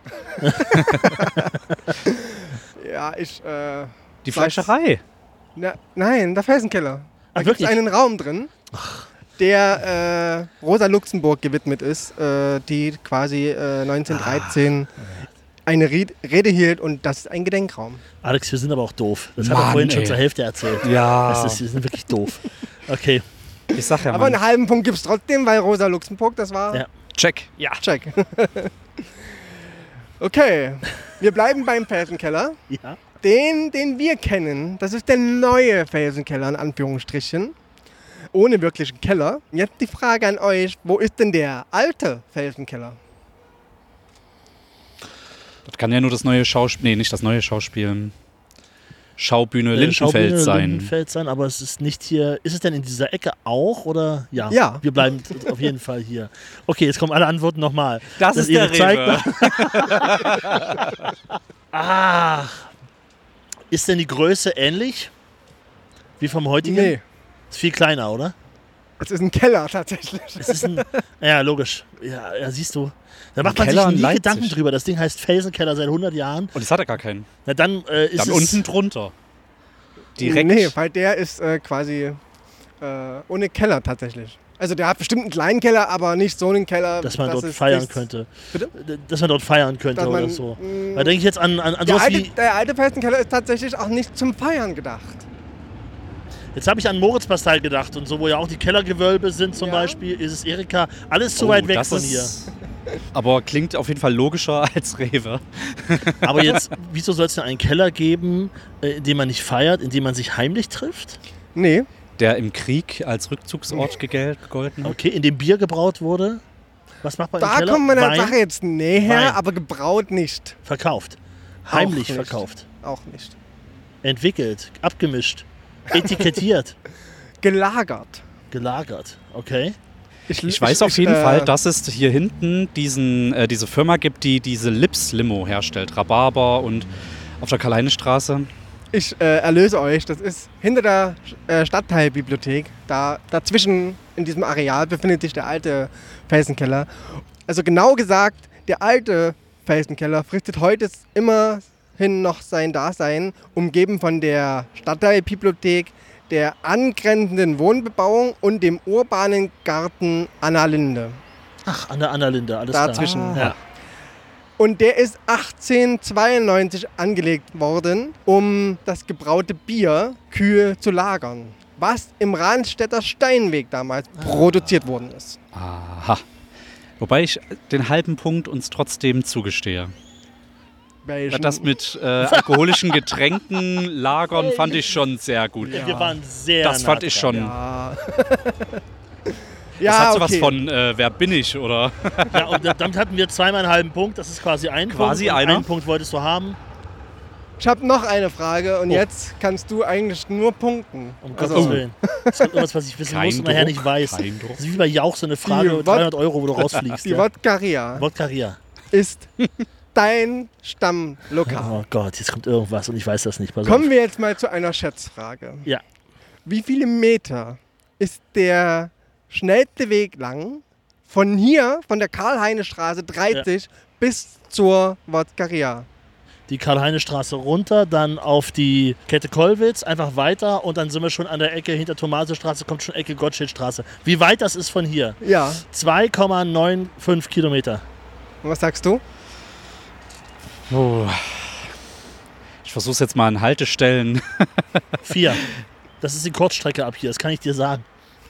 Ja, ich, Die Fleischerei. nein, der Felsenkeller. Da gibt es wirklich? einen Raum drin, der Rosa Luxemburg gewidmet ist, die quasi 1913 eine Rede hielt, und das ist ein Gedenkraum. Alex, wir sind aber auch doof. Das hat er Mann, vorhin schon ey. zur Hälfte erzählt. Ja. Wir sind wirklich doof. Okay. Ich sag ja, Aber Mann. einen halben Punkt gibt es trotzdem, weil Rosa Luxemburg, das war Ja. Check. Ja. Check. Okay, wir bleiben beim Felsenkeller. Ja. Den wir kennen, das ist der neue Felsenkeller, in Anführungsstrichen. Ohne wirklichen Keller. Jetzt die Frage an euch, wo ist denn der alte Felsenkeller? Das kann ja nur das neue Schauspiel, nee, nicht das neue Schauspiel. Schaubühne Lindenfeld Schaubühne sein. Lindenfeld sein, aber es ist nicht hier. Ist es denn in dieser Ecke auch oder? Ja. Ja. Wir bleiben auf jeden Fall hier. Okay, jetzt kommen alle Antworten nochmal. Das ist der Rewe. Ist denn die Größe ähnlich wie vom heutigen? Nee, Ist viel kleiner, oder? es ist ein Keller tatsächlich. Es ist ein. Ja, logisch. Ja, siehst du. Da macht man Keller sich in nie Leipzig. Gedanken drüber. Das Ding heißt Felsenkeller seit 100 Jahren. Und das hat er gar keinen. Na dann ist Dann es. unten drunter. Direkt. Nee, weil der ist quasi ohne Keller tatsächlich. Also der hat bestimmt einen kleinen Keller, aber nicht so einen Keller. Dass man das dort ist feiern nichts- könnte. Bitte? Dass man dort feiern könnte Dass oder man, so. mh, Da denke ich jetzt an sowas wie. Der alte Felsenkeller ist tatsächlich auch nicht zum Feiern gedacht. Jetzt habe ich an Moritz-Pastel gedacht und so, wo ja auch die Kellergewölbe sind zum Ja. Beispiel, ist es Erika. Alles zu weit weg das von ist- hier. Aber klingt auf jeden Fall logischer als Rewe. Aber jetzt, wieso soll es denn einen Keller geben, in dem man nicht feiert, in dem man sich heimlich trifft? Nee, Der im Krieg als Rückzugsort gegolten hat. Okay, in dem Bier gebraut wurde? Was macht man im da Keller? kommen wir der Wein Sache jetzt näher, Wein. aber gebraut nicht. verkauft. Heimlich nicht. verkauft. Auch nicht. Entwickelt, abgemischt, etikettiert, Gelagert. gelagert. Okay. Ich weiß auf jeden Fall, dass es hier hinten diese Firma gibt, die diese Lips-Limo herstellt. Rhabarber und auf der Karl-Heine-Straße. Ich erlöse euch. Das ist hinter der Stadtteilbibliothek. Dazwischen in diesem Areal befindet sich der alte Felsenkeller. Also genau gesagt, der alte Felsenkeller fristet heute immerhin noch sein Dasein, umgeben von der Stadtteilbibliothek, der angrenzenden Wohnbebauung und dem urbanen Garten Anna Linde. Ach, an der Annalinde, alles Dazwischen. klar. Ja. Und der ist 1892 angelegt worden, um das gebraute Bier kühl zu lagern. was im Ranstädter Steinweg damals produziert worden ist. Aha. Wobei ich den halben Punkt uns trotzdem zugestehe. Welchen? Das mit alkoholischen Getränken lagern fand ich schon sehr gut. Wir waren sehr Das nah fand ich dran. schon. Ja. Das Ja, hat sowas okay. von Wer bin ich, oder? Ja, und damit hatten wir zweimal einen halben Punkt. Das ist quasi ein Quasi Punkt. Und einer. einen Punkt wolltest du haben. Ich habe noch eine Frage und Oh. jetzt kannst du eigentlich nur punkten. Um Also, Gottes Willen. Das ist irgendwas, was ich wissen Kein muss und nachher Druck, nicht weiß. kein Druck. Das ist wie bei Jauch so eine Frage, Die 300 Euro, wo du rausfliegst. die Ja. Wodka Ria Wodka Ria. ist dein Stammlokal. Oh Gott, jetzt kommt irgendwas und ich weiß das nicht. Pass Kommen auf. wir jetzt mal zu einer Schätzfrage. Ja. Wie viele Meter ist der schnellste Weg lang von hier, von der Karl-Heine-Straße 30 bis zur Wodka Ria? Die Karl-Heine-Straße runter, dann auf die Kette Kollwitz, einfach weiter und dann sind wir schon an der Ecke hinter Thomasestraße, kommt schon Ecke Gottschedstraße. Wie weit das ist von hier? Ja. 2,95 Kilometer. Und was sagst du? Oh. Ich versuche es jetzt mal an Haltestellen. 4. Das ist die Kurzstrecke ab hier, das kann ich dir sagen.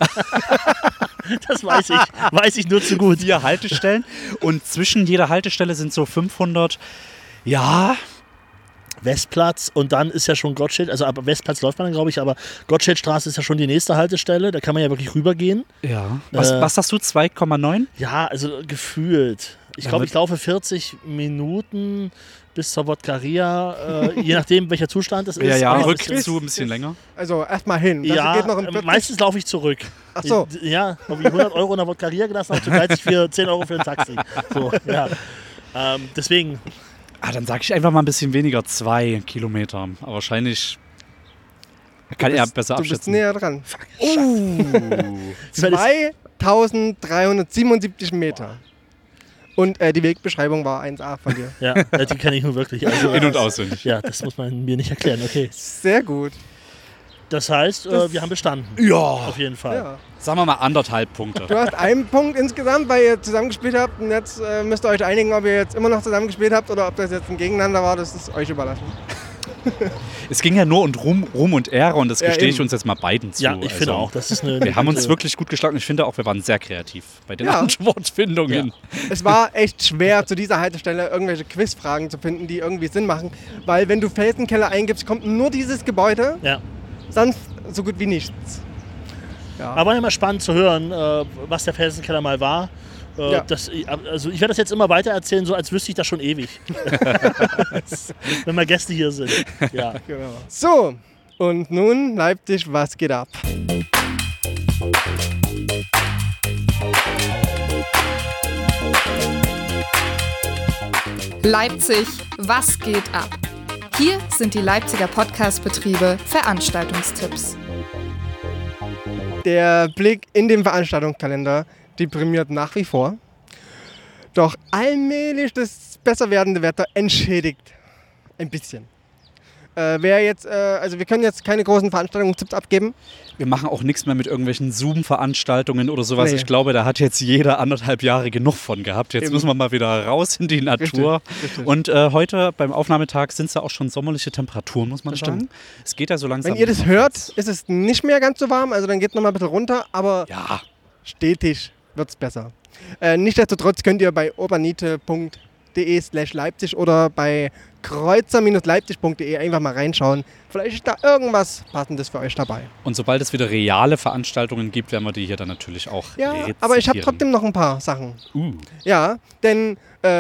Das weiß ich nur zu gut. 4 Haltestellen und zwischen jeder Haltestelle sind so 500. Ja, Westplatz und dann ist ja schon Gottsched, also ab Westplatz läuft man dann, glaube ich, aber Gottschedstraße ist ja schon die nächste Haltestelle, da kann man ja wirklich rübergehen. ja. Was sagst du, 2,9? Ja, also gefühlt. Ich glaube, ich laufe 40 Minuten bis zur Wodka Ria, je nachdem, welcher Zustand es ist. Ja, Aber rückt es ist- zu ein bisschen länger. Also erstmal hin. Das Ja, geht noch in 40. meistens laufe ich zurück. Ach so. Ja, ob ich 100 Euro in der Wodka Ria gelassen habe, zu 30 für 10 Euro für ein Taxi. So, ja. Deswegen, Dann sage ich einfach mal ein bisschen weniger, 2 Kilometer. Aber wahrscheinlich kann er besser Du bist abschätzen. näher dran. ich meine, 2377 Meter. Und die Wegbeschreibung war 1A von dir. ja, die kenne ich nur wirklich. Also, In- und auswendig. Ja, das muss man mir nicht erklären. Okay. Sehr gut. Das heißt, wir haben bestanden. Ja, Auf jeden Fall. Ja. sagen wir mal 1,5 Punkte. Du hast einen Punkt insgesamt, weil ihr zusammengespielt habt. Und jetzt müsst ihr euch einigen, ob ihr jetzt immer noch zusammengespielt habt oder ob das jetzt ein Gegeneinander war. Das ist euch überlassen. Es ging ja nur um Ruhm und Ehre und das Ja, gestehe ich eben. uns jetzt mal beiden zu. Ja, ich finde Also, auch. Das ist eine Wir haben uns gute- wirklich gut geschlagen. Ich finde auch, wir waren sehr kreativ bei den Ja. Antwortfindungen. Es war echt schwer, zu dieser Haltestelle irgendwelche Quizfragen zu finden, die irgendwie Sinn machen. Weil wenn du Felsenkeller eingibst, kommt nur dieses Gebäude, Ja. sonst so gut wie nichts. Ja. Aber immer spannend zu hören, was der Felsenkeller mal war. Ja. Also ich werde das jetzt immer weiter erzählen, so als wüsste ich das schon ewig. Wenn mal Gäste hier sind. Ja. Genau. So, und nun Leipzig, was geht ab? Leipzig, was geht ab? Hier sind die Leipziger Podcast-Betriebe Veranstaltungstipps. Der Blick in den Veranstaltungskalender deprimiert nach wie vor. Doch allmählich das besser werdende Wetter entschädigt ein bisschen. Wir können jetzt keine großen Veranstaltungstipps abgeben. Wir machen auch nichts mehr mit irgendwelchen Zoom-Veranstaltungen oder sowas. Nee. Ich glaube, da hat jetzt jeder 1,5 Jahre genug von gehabt. Jetzt Eben. müssen wir mal wieder raus in die Natur. Richtig. Und heute beim Aufnahmetag sind es ja auch schon sommerliche Temperaturen, muss man Das sagen. stimmt. Es geht ja so langsam. Wenn ihr das hört, ist es nicht mehr ganz so warm, also dann geht es nochmal ein bisschen runter, aber Ja, stetig wird es besser. Nichtsdestotrotz könnt ihr bei urbanite.de/Leipzig oder bei kreuzer-leipzig.de einfach mal reinschauen. Vielleicht ist da irgendwas Passendes für euch dabei. und sobald es wieder reale Veranstaltungen gibt, werden wir die hier dann natürlich auch Ja, rezitieren. aber ich habe trotzdem noch ein paar Sachen. Ja, denn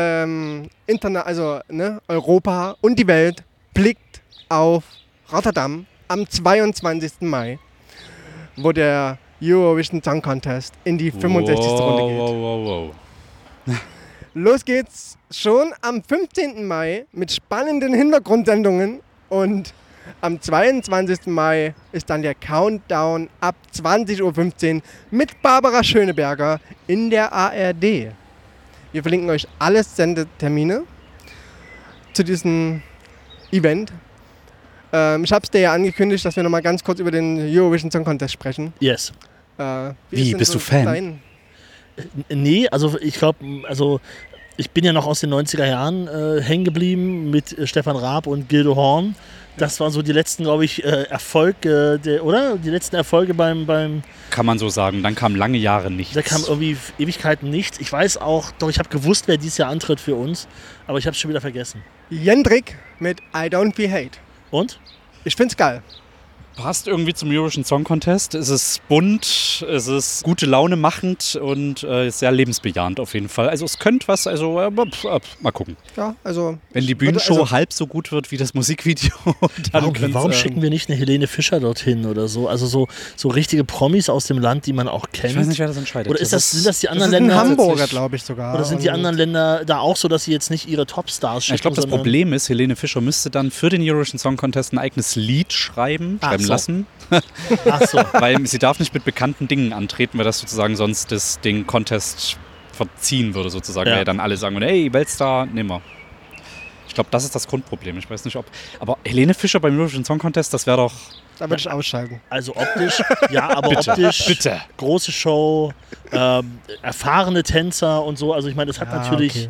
Europa und die Welt blickt auf Rotterdam am 22. Mai, wo der Eurovision Song Contest in die 65. Runde geht. Wow. Los geht's schon am 15. Mai mit spannenden Hintergrundsendungen und am 22. Mai ist dann der Countdown ab 20.15 Uhr mit Barbara Schöneberger in der ARD. Wir verlinken euch alle Sendetermine zu diesem Event. Ich habe es dir ja angekündigt, dass wir nochmal ganz kurz über den Eurovision Song Contest sprechen. Yes. Wie, ist denn bist du Fan? dein- Nee, also ich glaube, Ich bin ja noch aus den 90er Jahren hängen geblieben mit Stefan Raab und Gildo Horn. Das waren so die letzten, glaube ich, Erfolge, oder? Die letzten Erfolge beim... Kann man so sagen. Dann kamen lange Jahre nichts. Da kam irgendwie Ewigkeiten nichts. Ich weiß auch, doch ich habe gewusst, wer dieses Jahr antritt für uns, aber ich habe es schon wieder vergessen. Jendrik mit I Don't Feel Hate. Und? Ich find's geil. Passt irgendwie zum Eurovision Song Contest. Es ist bunt, es ist gute Laune machend und ist sehr lebensbejahend auf jeden Fall. Also es könnte was, also mal gucken. Ja, also... Wenn die Bühnenshow halb so gut wird wie das Musikvideo, dann Warum schicken wir nicht eine Helene Fischer dorthin oder so? Also so richtige Promis aus dem Land, die man auch kennt. Ich weiß nicht, wer das entscheidet. Oder sind das die anderen das ist Länder? Ein Hamburger, glaube ich sogar. Oder sind die anderen Länder da auch so, dass sie jetzt nicht ihre Topstars schicken? Ich glaube, das Problem ist, Helene Fischer müsste dann für den Eurovision Song Contest ein eigenes Lied schreiben lassen. Ach so. Weil sie darf nicht mit bekannten Dingen antreten, weil das sozusagen sonst den Contest verziehen würde sozusagen. Weil dann alle sagen, hey, Weltstar, nehmen wir. Ich glaube, das ist das Grundproblem. Ich weiß nicht, ob... Aber Helene Fischer beim Eurovision Song Contest, das wäre doch... Da würde ich ausschalten. Also optisch, ja, aber optisch, bitte. Große Show, erfahrene Tänzer und so. Also ich meine, das hat natürlich...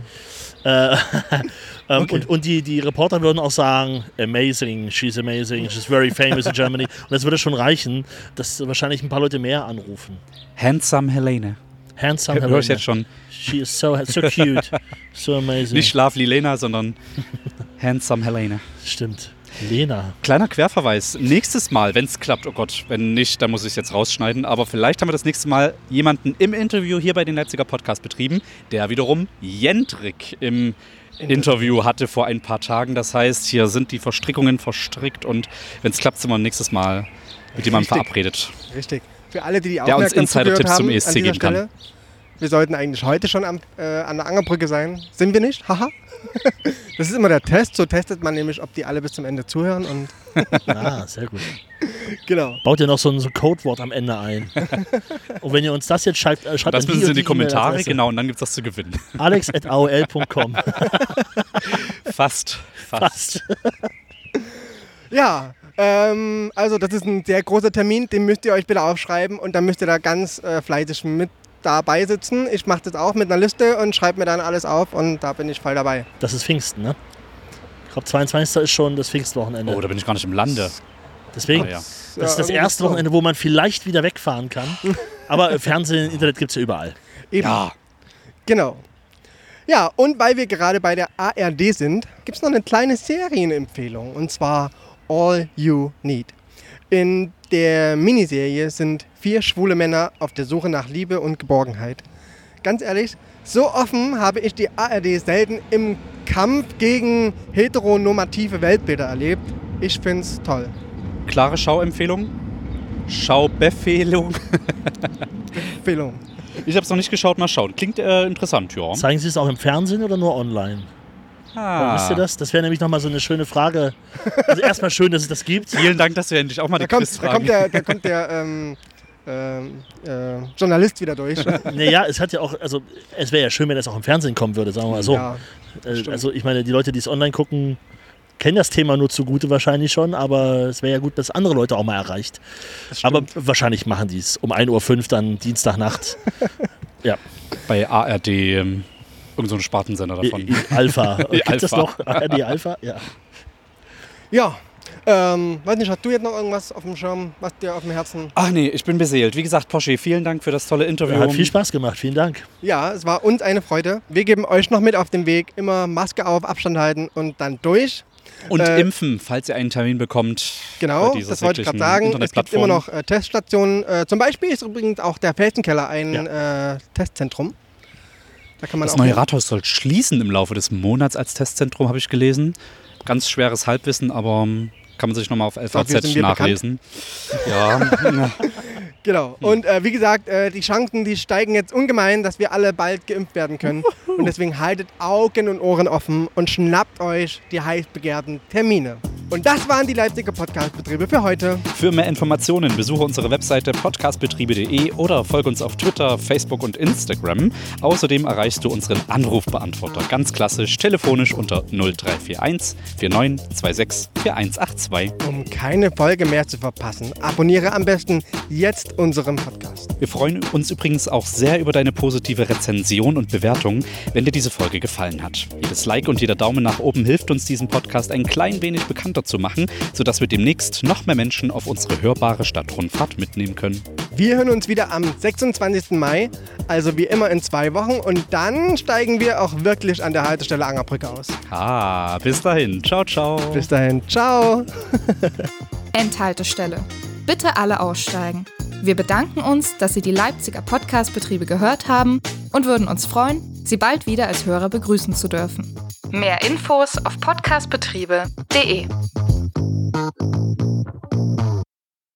Okay. Und die Reporter würden auch sagen, amazing, she's very famous in Germany. Und das würde schon reichen, dass wahrscheinlich ein paar Leute mehr anrufen. Handsome Helene. Handsome Höre Helene. ich jetzt schon. She is so cute, so amazing. Nicht Lovely Lena, sondern Handsome Helene. Stimmt. Lena. Kleiner Querverweis. Nächstes Mal, wenn es klappt, oh Gott, wenn nicht, dann muss ich es jetzt rausschneiden. Aber vielleicht haben wir das nächste Mal jemanden im Interview hier bei den Leipziger Podcast-Betrieben, der wiederum Jendrik im Interview hatte vor ein paar Tagen. Das heißt, hier sind die Verstrickungen verstrickt und wenn es klappt, sind wir nächstes Mal mit jemandem verabredet. Richtig. Für alle, die der uns Insider-Tipps zum ESC geben kann. Wir sollten eigentlich heute schon an der Angerbrücke sein. Sind wir nicht? Haha. Das ist immer der Test. So testet man nämlich, ob die alle bis zum Ende zuhören. Und sehr gut. Genau. Baut ihr noch so ein Codewort am Ende ein. Und wenn ihr uns das jetzt schreibt das müssen Sie in die Kommentare, genau, und dann gibt es das zu gewinnen. alex@aol.com. Fast. Ja, also das ist ein sehr großer Termin, den müsst ihr euch bitte aufschreiben und dann müsst ihr da ganz fleißig mit dabei sitzen. Ich mache das auch mit einer Liste und schreibe mir dann alles auf und da bin ich voll dabei. Das ist Pfingsten, ne? Ich glaube, 22. ist schon das Pfingstwochenende. Oh, da bin ich gar nicht im Lande. Deswegen, das ist das erste Wochenende, wo man vielleicht wieder wegfahren kann. Aber Fernsehen, Internet gibt es ja überall. Eben. Ja. Genau. Ja, und weil wir gerade bei der ARD sind, gibt es noch eine kleine Serienempfehlung und zwar All You Need. In der Miniserie sind 4 schwule Männer auf der Suche nach Liebe und Geborgenheit. Ganz ehrlich, so offen habe ich die ARD selten im Kampf gegen heteronormative Weltbilder erlebt. Ich finde es toll. Klare Schauempfehlung? Schaubefehlung? Empfehlung. Ich habe es noch nicht geschaut, mal schauen. Klingt interessant, ja. Zeigen Sie es auch im Fernsehen oder nur online? Wisst ihr das? Das wäre nämlich nochmal so eine schöne Frage. Also erstmal schön, dass es das gibt. Vielen Dank, dass wir endlich auch mal die Quizfragen... Da kommt der Journalist wieder durch. Naja, es hat ja auch, also es wäre ja schön, wenn das auch im Fernsehen kommen würde, sagen wir mal so. Ja, also ich meine, die Leute, die es online gucken, kennen das Thema nur zugute wahrscheinlich schon, aber es wäre ja gut, dass andere Leute auch mal erreicht. Aber wahrscheinlich machen die es um 1:05 Uhr dann Dienstagnacht. Ja. Bei ARD, irgend so ein Spartensender davon. Alpha. Gibt das noch? ARD Alpha? Ja. Ja. Weiß nicht, hast du jetzt noch irgendwas auf dem Schirm, was dir auf dem Herzen... Ach nee, ich bin beseelt. Wie gesagt, Porsche, vielen Dank für das tolle Interview. Hat viel Spaß gemacht, vielen Dank. Ja, es war uns eine Freude. Wir geben euch noch mit auf den Weg. Immer Maske auf, Abstand halten und dann durch. Und impfen, falls ihr einen Termin bekommt. Genau, das wollte ich gerade sagen. Es gibt immer noch Teststationen. Zum Beispiel ist übrigens auch der Felsenkeller ein Testzentrum. Da kann man das neue Rathaus soll schließen im Laufe des Monats als Testzentrum, habe ich gelesen. Ganz schweres Halbwissen, aber kann man sich nochmal auf LVZ nachlesen. Ja. Genau. Und wie gesagt, die Chancen, die steigen jetzt ungemein, dass wir alle bald geimpft werden können. Und deswegen haltet Augen und Ohren offen und schnappt euch die heiß begehrten Termine. Und das waren die Leipziger Podcast-Betriebe für heute. Für mehr Informationen besuche unsere Webseite podcastbetriebe.de oder folge uns auf Twitter, Facebook und Instagram. Außerdem erreichst du unseren Anrufbeantworter ganz klassisch telefonisch unter 0341 4926 4182. Um keine Folge mehr zu verpassen, abonniere am besten jetzt unseren Podcast. Wir freuen uns übrigens auch sehr über deine positive Rezension und Bewertung, wenn dir diese Folge gefallen hat. Jedes Like und jeder Daumen nach oben hilft uns, diesen Podcast ein klein wenig bekannter zu machen, sodass wir demnächst noch mehr Menschen auf unsere hörbare Stadtrundfahrt mitnehmen können. Wir hören uns wieder am 26. Mai, also wie immer in 2 Wochen. Und dann steigen wir auch wirklich an der Haltestelle Angerbrücke aus. Bis dahin. Ciao, ciao. Bis dahin. Ciao. Endhaltestelle. Bitte alle aussteigen. Wir bedanken uns, dass Sie die Leipziger Podcast-Betriebe gehört haben und würden uns freuen, Sie bald wieder als Hörer begrüßen zu dürfen. Mehr Infos auf podcastbetriebe.de.